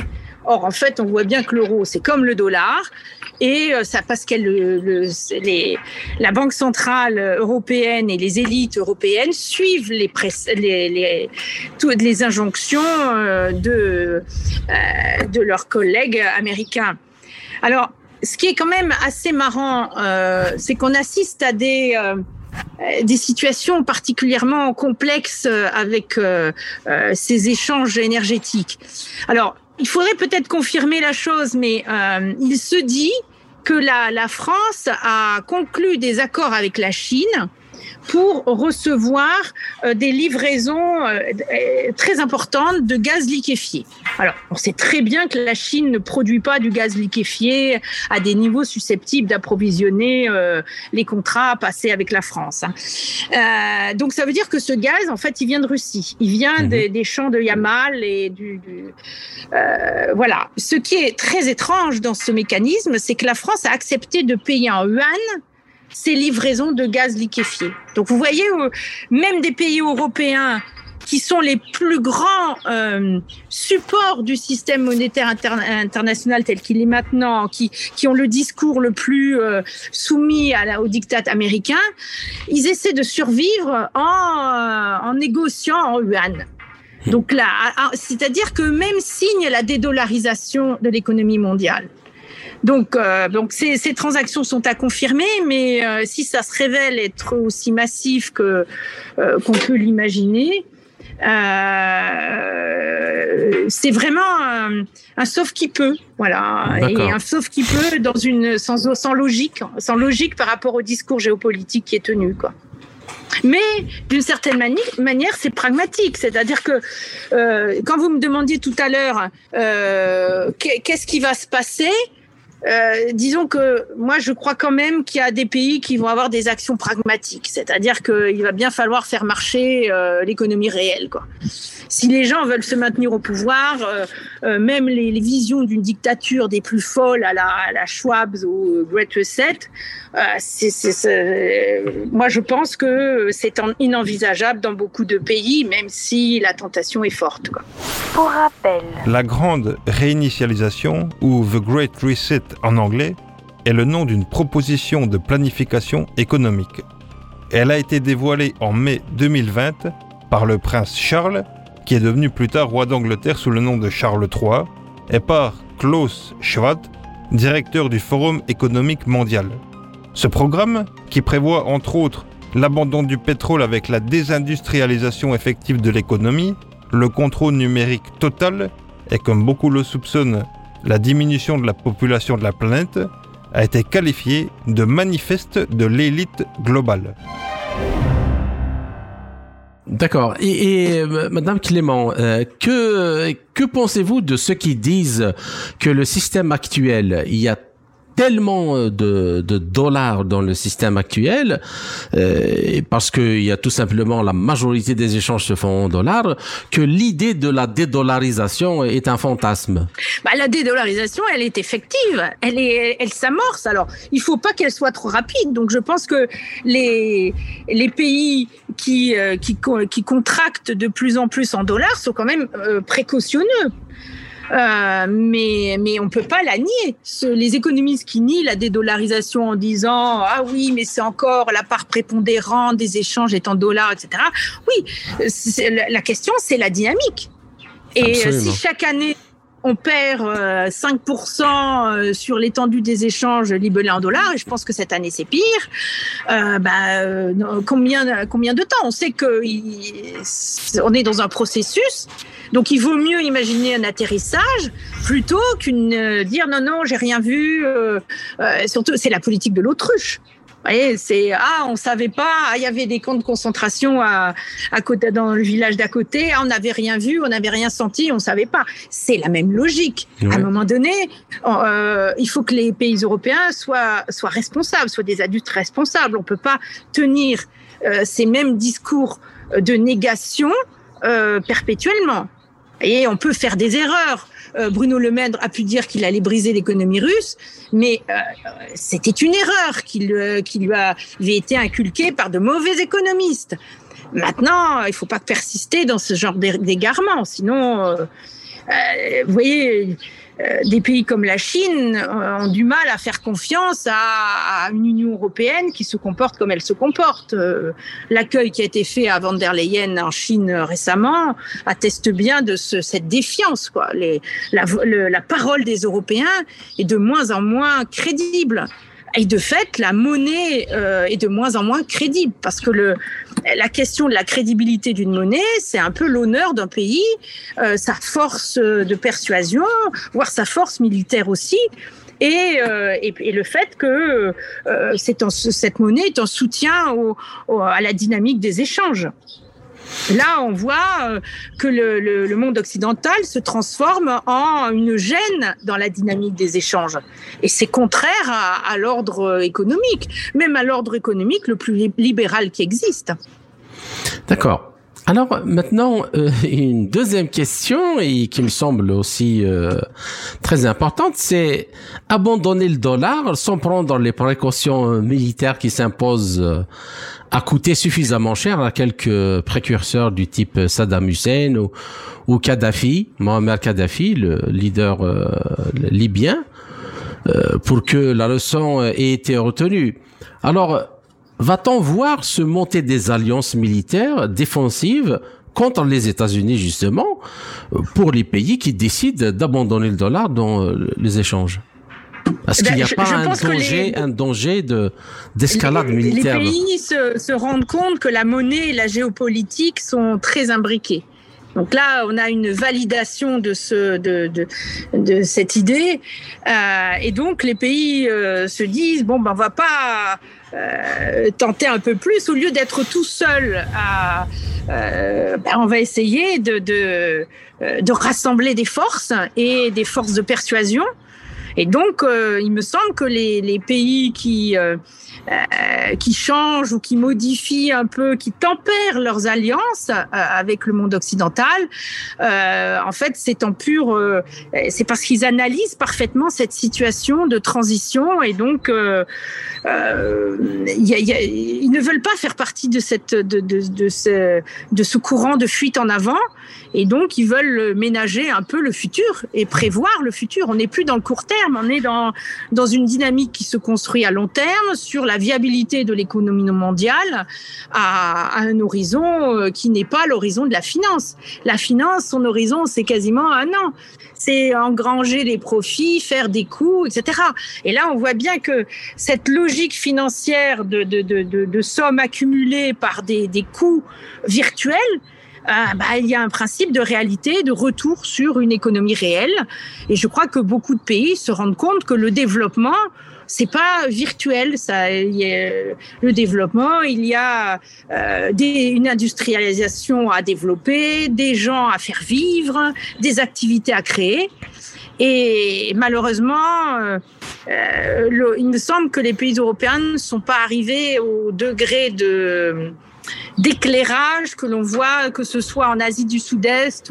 Speaker 3: Or, en fait, on voit bien que l'euro, c'est comme le dollar. Et ça parce que la Banque centrale européenne et les élites européennes suivent toutes les injonctions de leurs collègues américains. Alors, ce qui est quand même assez marrant, c'est qu'on assiste à des situations particulièrement complexes avec ces échanges énergétiques. Alors, il faudrait peut-être confirmer la chose, mais il se dit que la France a conclu des accords avec la Chine pour recevoir des livraisons très importantes de gaz liquéfié. Alors, on sait très bien que la Chine ne produit pas du gaz liquéfié à des niveaux susceptibles d'approvisionner les contrats passés avec la France. Donc, ça veut dire que ce gaz, en fait, il vient de Russie. Il vient des champs de Yamal et voilà. Ce qui est très étrange dans ce mécanisme, c'est que la France a accepté de payer en yuan ces livraisons de gaz liquéfié. Donc, vous voyez, même des pays européens qui sont les plus grands supports du système monétaire international tel qu'il est maintenant, qui ont le discours le plus soumis au diktat américain, ils essaient de survivre en négociant en yuan. Donc là, c'est-à-dire que même signe la dédollarisation de l'économie mondiale. Donc ces transactions sont à confirmer, mais si ça se révèle être aussi massif qu'on peut l'imaginer, c'est vraiment un sauf qui peut, voilà. D'accord. Et un sauf qui peut sans logique par rapport au discours géopolitique qui est tenu, quoi. Mais d'une certaine manière, c'est pragmatique. C'est-à-dire que quand vous me demandiez tout à l'heure qu'est-ce qui va se passer, disons que moi je crois quand même qu'il y a des pays qui vont avoir des actions pragmatiques, c'est-à-dire qu'il va bien falloir faire marcher l'économie réelle, quoi. Si les gens veulent se maintenir au pouvoir, même les visions d'une dictature des plus folles à la Schwab ou Great Reset, moi je pense que c'est inenvisageable dans beaucoup de pays, même si la tentation est forte, quoi.
Speaker 4: Pour rappel,
Speaker 5: la grande réinitialisation, ou The Great Reset en anglais, est le nom d'une proposition de planification économique. Elle a été dévoilée en mai 2020 par le prince Charles, qui est devenu plus tard roi d'Angleterre sous le nom de Charles III, et par Klaus Schwab, directeur du Forum économique mondial. Ce programme, qui prévoit entre autres l'abandon du pétrole avec la désindustrialisation effective de l'économie, le contrôle numérique total et, comme beaucoup le soupçonnent, la diminution de la population de la planète, a été qualifié de manifeste de l'élite globale.
Speaker 2: D'accord. Et Madame Clément, que pensez-vous de ceux qui disent que le système actuel, il y a tellement de dollars dans le système actuel, parce qu'il y a tout simplement la majorité des échanges se font en dollars, que l'idée de la dédollarisation est un fantasme.
Speaker 3: La dédollarisation, elle est effective, elle s'amorce. Alors, il faut pas qu'elle soit trop rapide. Donc, je pense que les pays qui contractent de plus en plus en dollars sont quand même précautionneux. Mais on peut pas la nier. Les économistes qui nient la dédollarisation en disant ah oui, mais c'est encore la part prépondérante des échanges est en dollars, etc. Oui, la question c'est la dynamique. Et si chaque année on perd 5% sur l'étendue des échanges libellés en dollars, et je pense que cette année c'est pire. Combien de temps? On sait que on est dans un processus, donc il vaut mieux imaginer un atterrissage plutôt dire non j'ai rien vu. Surtout c'est la politique de l'autruche. Vous voyez, on savait pas, il y avait des camps de concentration à côté, dans le village d'à côté, on n'avait rien vu, on n'avait rien senti, on savait pas. C'est la même logique. Ouais. À un moment donné, il faut que les pays européens soient responsables, soient des adultes responsables. On peut pas tenir ces mêmes discours de négation perpétuellement. Et on peut faire des erreurs. Bruno Le Maire a pu dire qu'il allait briser l'économie russe, mais c'était une erreur qui lui avait été inculquée par de mauvais économistes. Maintenant, il ne faut pas persister dans ce genre d'égarement, sinon, vous voyez, des pays comme la Chine ont du mal à faire confiance à une Union européenne qui se comporte comme elle se comporte. L'accueil qui a été fait à Van der Leyen en Chine récemment atteste bien de cette défiance, quoi. La parole des Européens est de moins en moins crédible. Et de fait, la monnaie est de moins en moins crédible parce que la question de la crédibilité d'une monnaie, c'est un peu l'honneur d'un pays, sa force de persuasion, voire sa force militaire aussi. Et le fait que cette monnaie est un soutien à la dynamique des échanges. Là, on voit que le monde occidental se transforme en une gêne dans la dynamique des échanges. Et c'est contraire à l'ordre économique, même à l'ordre économique le plus libéral qui existe.
Speaker 2: D'accord. Alors maintenant, une deuxième question et qui me semble aussi très importante, c'est abandonner le dollar sans prendre les précautions militaires qui s'imposent a coûté suffisamment cher à quelques précurseurs du type Saddam Hussein ou Kadhafi, Mohamed Kadhafi, le leader libyen, pour que la leçon ait été retenue. Alors, va-t-on voir se monter des alliances militaires défensives contre les États-Unis, justement, pour les pays qui décident d'abandonner le dollar dans les échanges? Est-ce qu'il n'y a pas un danger d'escalade militaire?
Speaker 3: Les pays se rendent compte que la monnaie et la géopolitique sont très imbriquées. Donc là, on a une validation de cette idée. Et donc, les pays se disent, on va pas tenter un peu plus. Au lieu d'être tout seul, on va essayer de rassembler des forces et des forces de persuasion. Et donc, il me semble que les pays qui changent ou qui modifient un peu, qui tempèrent leurs alliances avec le monde occidental, en fait, c'est c'est parce qu'ils analysent parfaitement cette situation de transition et donc ils ne veulent pas faire partie de ce courant de fuite en avant. Et donc, ils veulent ménager un peu le futur et prévoir le futur. On n'est plus dans le court terme, on est dans une dynamique qui se construit à long terme sur la viabilité de l'économie mondiale à un horizon qui n'est pas l'horizon de la finance. La finance, son horizon, c'est quasiment 1 an. C'est engranger les profits, faire des coûts, etc. Et là, on voit bien que cette logique financière de sommes accumulées par des coûts virtuels, il y a un principe de réalité, de retour sur une économie réelle. Et je crois que beaucoup de pays se rendent compte que le développement, c'est pas virtuel. Le développement, il y a une industrialisation à développer, des gens à faire vivre, des activités à créer. Et malheureusement, il me semble que les pays européens ne sont pas arrivés au degré d'éclairage que l'on voit, que ce soit en Asie du Sud-Est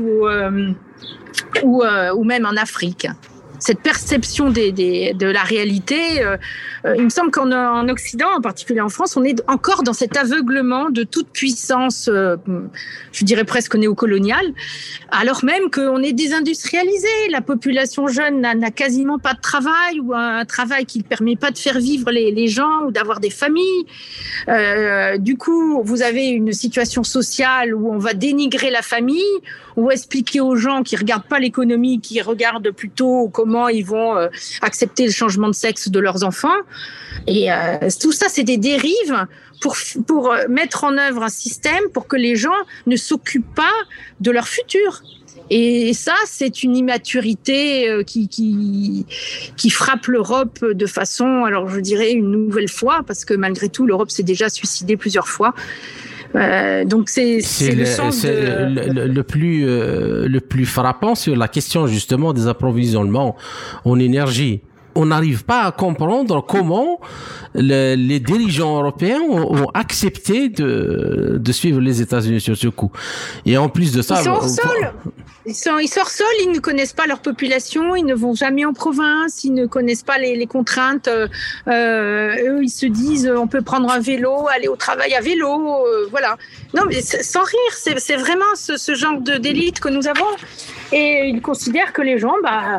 Speaker 3: ou même en Afrique. Cette perception de la réalité, il me semble qu'en Occident, en particulier en France, on est encore dans cet aveuglement de toute puissance, je dirais presque néocoloniale, alors même qu'on est désindustrialisé. La population jeune n'a quasiment pas de travail ou un travail qui ne permet pas de faire vivre les gens ou d'avoir des familles. Du coup, vous avez une situation sociale où on va dénigrer la famille, ou expliquer aux gens qui regardent pas l'économie, qui regardent plutôt comment ils vont accepter le changement de sexe de leurs enfants. Et tout ça, c'est des dérives pour mettre en œuvre un système pour que les gens ne s'occupent pas de leur futur. Et ça, c'est une immaturité qui frappe l'Europe de façon, alors je dirais une nouvelle fois, parce que malgré tout, l'Europe s'est déjà suicidée plusieurs fois. Donc c'est le sens
Speaker 2: le plus frappant sur la question justement des approvisionnements en énergie. On n'arrive pas à comprendre comment les dirigeants européens ont accepté de suivre les États-Unis sur ce coup. Et en plus de ça,
Speaker 3: ils sont hors sol. Ils sont hors sol, ils ne connaissent pas leur population, ils ne vont jamais en province, ils ne connaissent pas les contraintes. Eux, ils se disent, on peut prendre un vélo, aller au travail à vélo, voilà. Non, mais sans rire, c'est vraiment ce genre d'élite que nous avons. Et ils considèrent que les gens,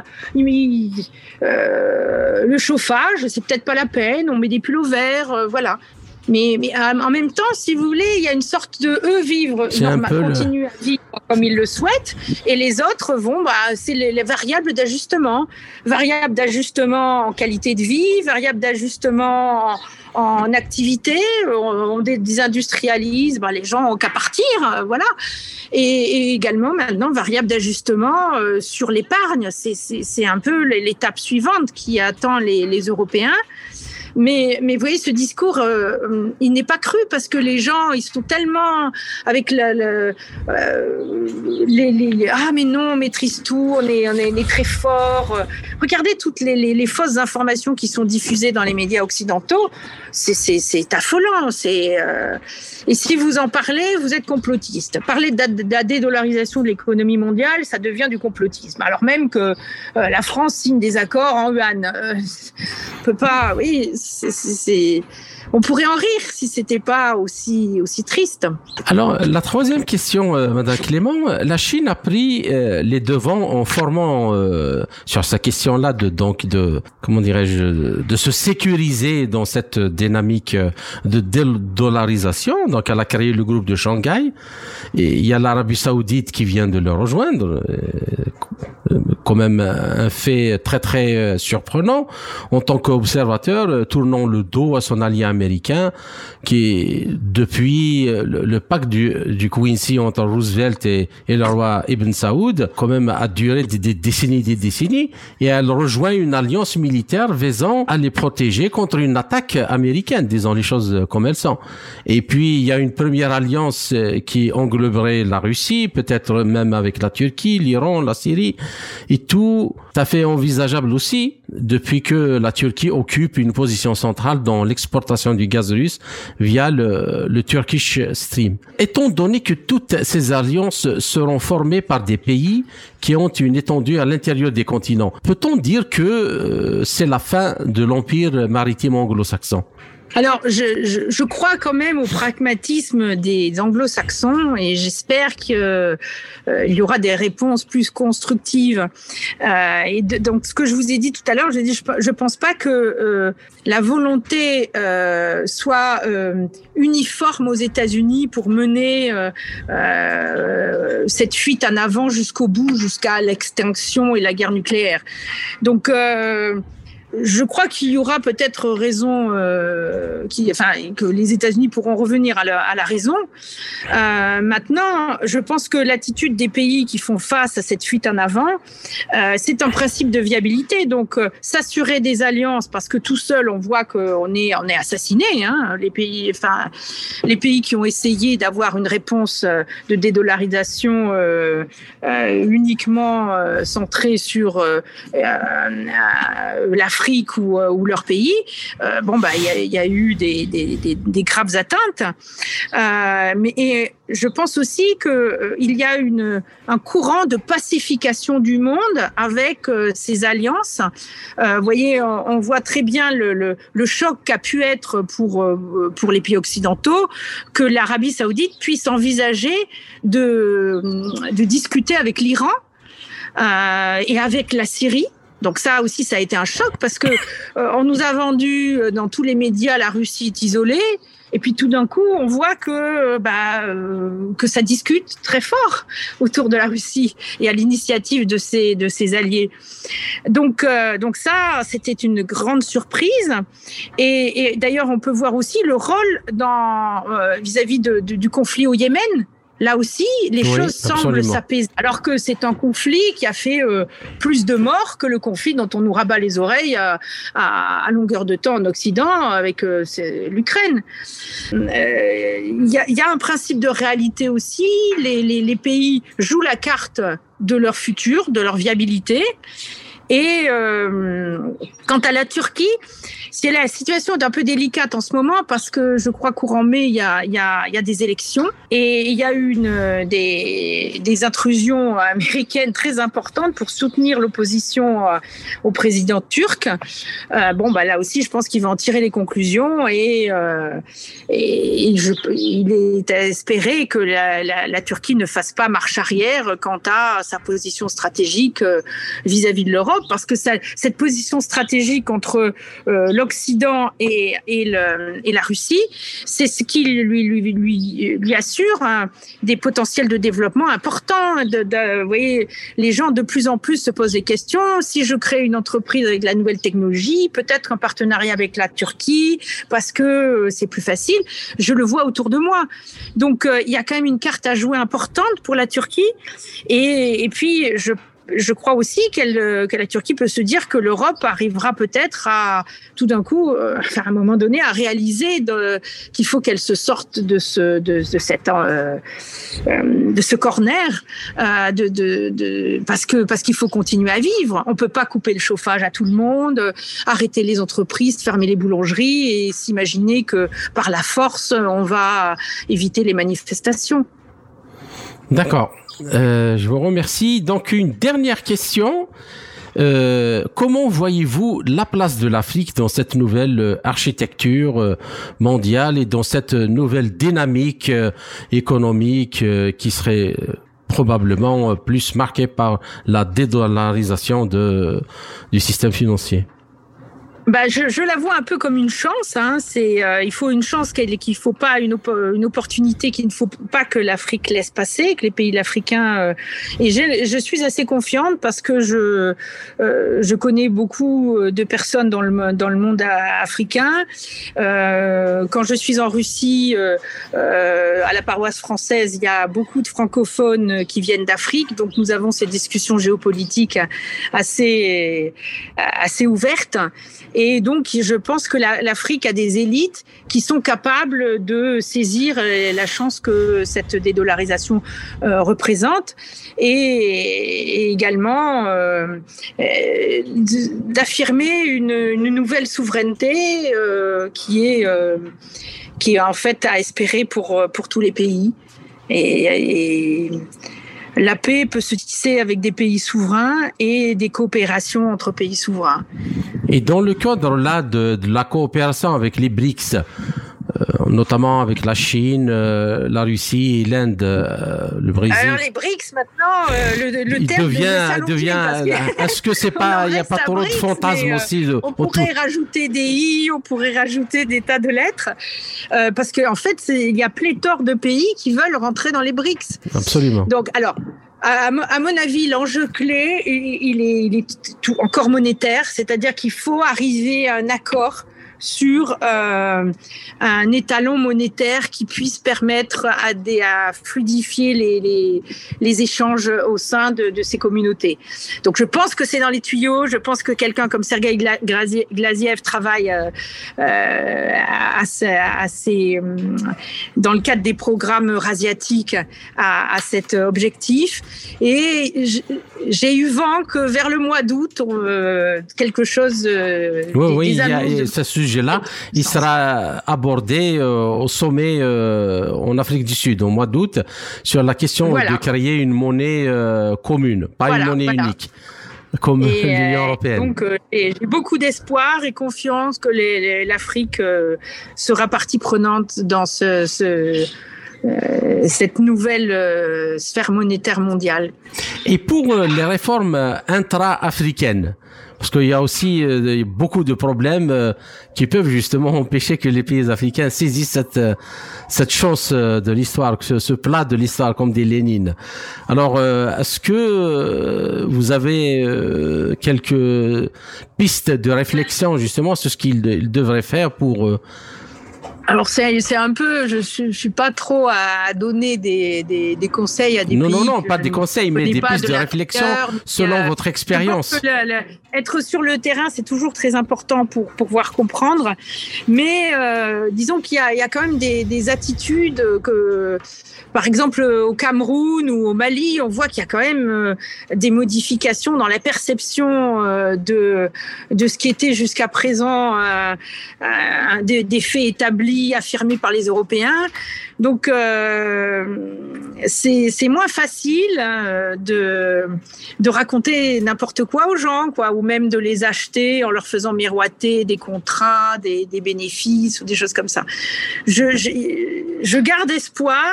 Speaker 3: le chauffage, c'est peut-être pas la peine, on met des pulls verts, voilà. Mais en même temps, si vous voulez, il y a une sorte de eux continuent à vivre comme ils le souhaitent, et les autres c'est les variables d'ajustement en qualité de vie, variables d'ajustement en activité. On désindustrialise, les gens ont qu'à partir, voilà. Et également maintenant variable d'ajustement sur l'épargne. C'est un peu l'étape suivante qui attend les Européens. Mais vous voyez, ce discours, il n'est pas cru parce que les gens, ils sont tellement avec mais non, on maîtrise tout, on est très fort. Regardez toutes les fausses informations qui sont diffusées dans les médias occidentaux, c'est affolant. Et si vous en parlez, vous êtes complotiste. Parler de la dédollarisation de l'économie mondiale, ça devient du complotisme. Alors même que la France signe des accords en yuan, on peut pas. Oui. On pourrait en rire si c'était pas aussi triste.
Speaker 2: Alors, la troisième question, Madame Clément, la Chine a pris les devants en formant sur sa question-là de se sécuriser dans cette dynamique de dédollarisation. Donc, elle a créé le groupe de Shanghai. Et il y a l'Arabie Saoudite qui vient de le rejoindre. Quand même un fait très très surprenant en tant qu'observateur, tournant le dos à son allié américain qui, depuis le pacte du Quincy entre Roosevelt et le roi Ibn Saoud, quand même a duré des décennies, et elle rejoint une alliance militaire visant à les protéger contre une attaque américaine, disons les choses comme elles sont. Et puis il y a une première alliance qui engloberait la Russie, peut-être même avec la Turquie, l'Iran, la Syrie, et tout à fait envisageable aussi depuis que la Turquie occupe une position centrale dans l'exportation du gaz russe via le Turkish Stream. Étant donné que toutes ces alliances seront formées par des pays qui ont une étendue à l'intérieur des continents, peut-on dire que c'est la fin de l'empire maritime anglo-saxon ?
Speaker 3: Alors, je crois quand même au pragmatisme des anglo-saxons et j'espère qu'il y aura des réponses plus constructives. Donc, ce que je vous ai dit tout à l'heure, je pense pas que la volonté soit uniforme aux États-Unis pour mener cette fuite en avant jusqu'au bout, jusqu'à l'extinction et la guerre nucléaire. Donc, je crois qu'il y aura peut-être raison, que les États-Unis pourront revenir à la raison. Maintenant, je pense que l'attitude des pays qui font face à cette fuite en avant, c'est un principe de viabilité. Donc, s'assurer des alliances, parce que tout seul, on voit qu'on est assassiné. Hein, les pays qui ont essayé d'avoir une réponse de dédollarisation uniquement centrée sur l'Afrique ou leur pays, il y a eu des graves atteintes. Mais je pense aussi que il y a un courant de pacification du monde avec ces alliances. Vous voyez, on voit très bien le choc qu'a pu être pour les pays occidentaux que l'Arabie Saoudite puisse envisager de discuter avec l'Iran et avec la Syrie. Donc ça aussi, ça a été un choc parce que on nous a vendu dans tous les médias la Russie est isolée, et puis tout d'un coup, on voit que ça discute très fort autour de la Russie et à l'initiative de ses alliés. Donc ça, c'était une grande surprise. Et d'ailleurs, on peut voir aussi le rôle vis-à-vis du conflit au Yémen. Là aussi, les choses semblent s'apaiser. Alors que c'est un conflit qui a fait plus de morts que le conflit dont on nous rabat les oreilles à longueur de temps en Occident avec l'Ukraine. Il y a un principe de réalité aussi. Les pays jouent la carte de leur futur, de leur viabilité. Et quant à la Turquie, c'est la situation est un peu délicate en ce moment parce que je crois qu'en mai il y a des élections et il y a eu des intrusions américaines très importantes pour soutenir l'opposition au président turc. Là aussi, je pense qu'il va en tirer les conclusions et il est à espérer que la Turquie ne fasse pas marche arrière quant à sa position stratégique vis-à-vis de l'Europe, parce que cette position stratégique entre l'Occident et la Russie, c'est ce qui lui assure des potentiels de développement importants. Vous voyez, les gens de plus en plus se posent des questions. Si je crée une entreprise avec la nouvelle technologie, peut-être un partenariat avec la Turquie, parce que c'est plus facile. Je le vois autour de moi. Donc, il y a quand même une carte à jouer importante pour la Turquie. Et puis, je crois aussi que la Turquie peut se dire que l'Europe arrivera peut-être à, tout d'un coup, à un moment donné, à réaliser qu'il faut qu'elle se sorte de ce corner, parce qu'il faut continuer à vivre. On peut pas couper le chauffage à tout le monde, arrêter les entreprises, fermer les boulangeries et s'imaginer que par la force, on va éviter les manifestations.
Speaker 2: D'accord. Je vous remercie. Donc, une dernière question. Comment voyez-vous la place de l'Afrique dans cette nouvelle architecture mondiale et dans cette nouvelle dynamique économique qui serait probablement plus marquée par la dédollarisation du système financier?
Speaker 3: Je la vois un peu comme une chance. Il faut une chance qu'il faut pas une opportunité qu'il ne faut pas que l'Afrique laisse passer, que les pays africains. Et je suis assez confiante parce que je connais beaucoup de personnes dans le monde africain. Quand je suis en Russie, à la paroisse française, il y a beaucoup de francophones qui viennent d'Afrique. Donc nous avons ces discussions géopolitiques assez ouvertes. Et donc, je pense que l'Afrique a des élites qui sont capables de saisir la chance que cette dédollarisation représente et également d'affirmer une nouvelle souveraineté qui est en fait à espérer pour tous les pays. Et la paix peut se tisser avec des pays souverains et des coopérations entre pays souverains.
Speaker 2: Et dans le cadre là de la coopération avec les BRICS, notamment avec la Chine, la Russie, l'Inde, le Brésil.
Speaker 3: Alors les BRICS maintenant, le terme
Speaker 2: devient. Est-ce que c'est pas, il y a pas trop de fantasmes aussi
Speaker 3: on pourrait rajouter des i, on pourrait rajouter des tas de lettres, parce que en fait, il y a pléthore de pays qui veulent rentrer dans les BRICS.
Speaker 2: Absolument.
Speaker 3: Donc alors. À mon avis, l'enjeu clé, il est tout encore monétaire, c'est-à-dire qu'il faut arriver à un accord sur un étalon monétaire qui puisse permettre à fluidifier les échanges au sein de ces communautés. Donc je pense que c'est dans les tuyaux, je pense que quelqu'un comme Sergueï Glaziev travaille dans le cadre des programmes eurasiatiques à cet objectif, et j'ai eu vent que vers le mois d'août quelque chose
Speaker 2: il y a ce sujet-là, il sera abordé au sommet en Afrique du Sud au mois d'août sur la question de créer une monnaie commune, pas une monnaie unique comme l'Union européenne.
Speaker 3: Donc j'ai beaucoup d'espoir et confiance que l'Afrique sera partie prenante dans cette nouvelle sphère monétaire mondiale.
Speaker 2: Et pour les réformes intra-africaines, parce qu'il y a aussi beaucoup de problèmes qui peuvent justement empêcher que les pays africains saisissent cette chance de l'histoire, ce plat de l'histoire, comme dit Lénine. Alors, est-ce que vous avez quelques pistes de réflexion justement sur ce qu'ils devraient faire pour
Speaker 3: Alors c'est un peu, je suis pas trop à donner des conseils à des pays.
Speaker 2: Non, pas des conseils, mais des pistes de réflexion selon votre expérience.
Speaker 3: Être sur le terrain, c'est toujours très important pour pouvoir comprendre. Mais disons qu'il y a quand même des attitudes que, par exemple, au Cameroun ou au Mali, on voit qu'il y a quand même des modifications dans la perception de ce qui était jusqu'à présent des faits établis, affirmés par les Européens. Donc, c'est moins facile de raconter n'importe quoi aux gens, quoi, ou même de les acheter en leur faisant miroiter des contrats, des bénéfices ou des choses comme ça. Je garde espoir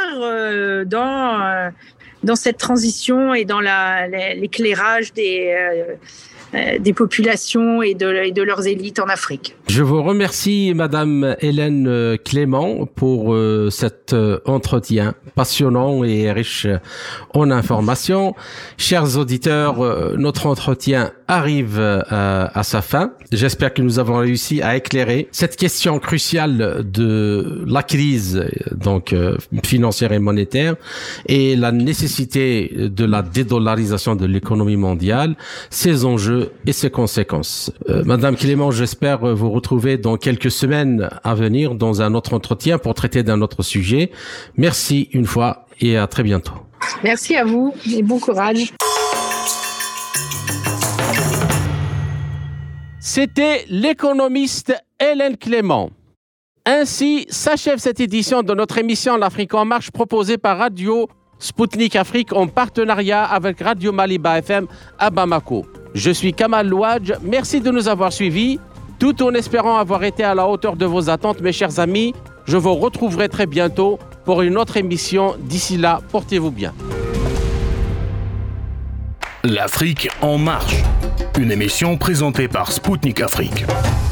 Speaker 3: dans cette transition et dans l'éclairage des populations et de leurs élites en Afrique.
Speaker 2: Je vous remercie, Madame Hélène Clément, pour cet entretien passionnant et riche en informations. Chers auditeurs, notre entretien arrive à sa fin. J'espère que nous avons réussi à éclairer cette question cruciale de la crise financière et monétaire et la nécessité de la dédollarisation de l'économie mondiale, ses enjeux et ses conséquences. Madame Clément, j'espère vous retrouver dans quelques semaines à venir dans un autre entretien pour traiter d'un autre sujet. Merci une fois et à très bientôt.
Speaker 3: Merci à vous et bon courage.
Speaker 2: C'était l'économiste Hélène Clément. Ainsi s'achève cette édition de notre émission L'Afrique en marche proposée par Radio Spoutnik Afrique en partenariat avec Radio Maliba FM à Bamako. Je suis Kamal Louadj, merci de nous avoir suivis. Tout en espérant avoir été à la hauteur de vos attentes, mes chers amis, je vous retrouverai très bientôt pour une autre émission. D'ici là, portez-vous bien.
Speaker 1: L'Afrique en marche, une émission présentée par Spoutnik Afrique.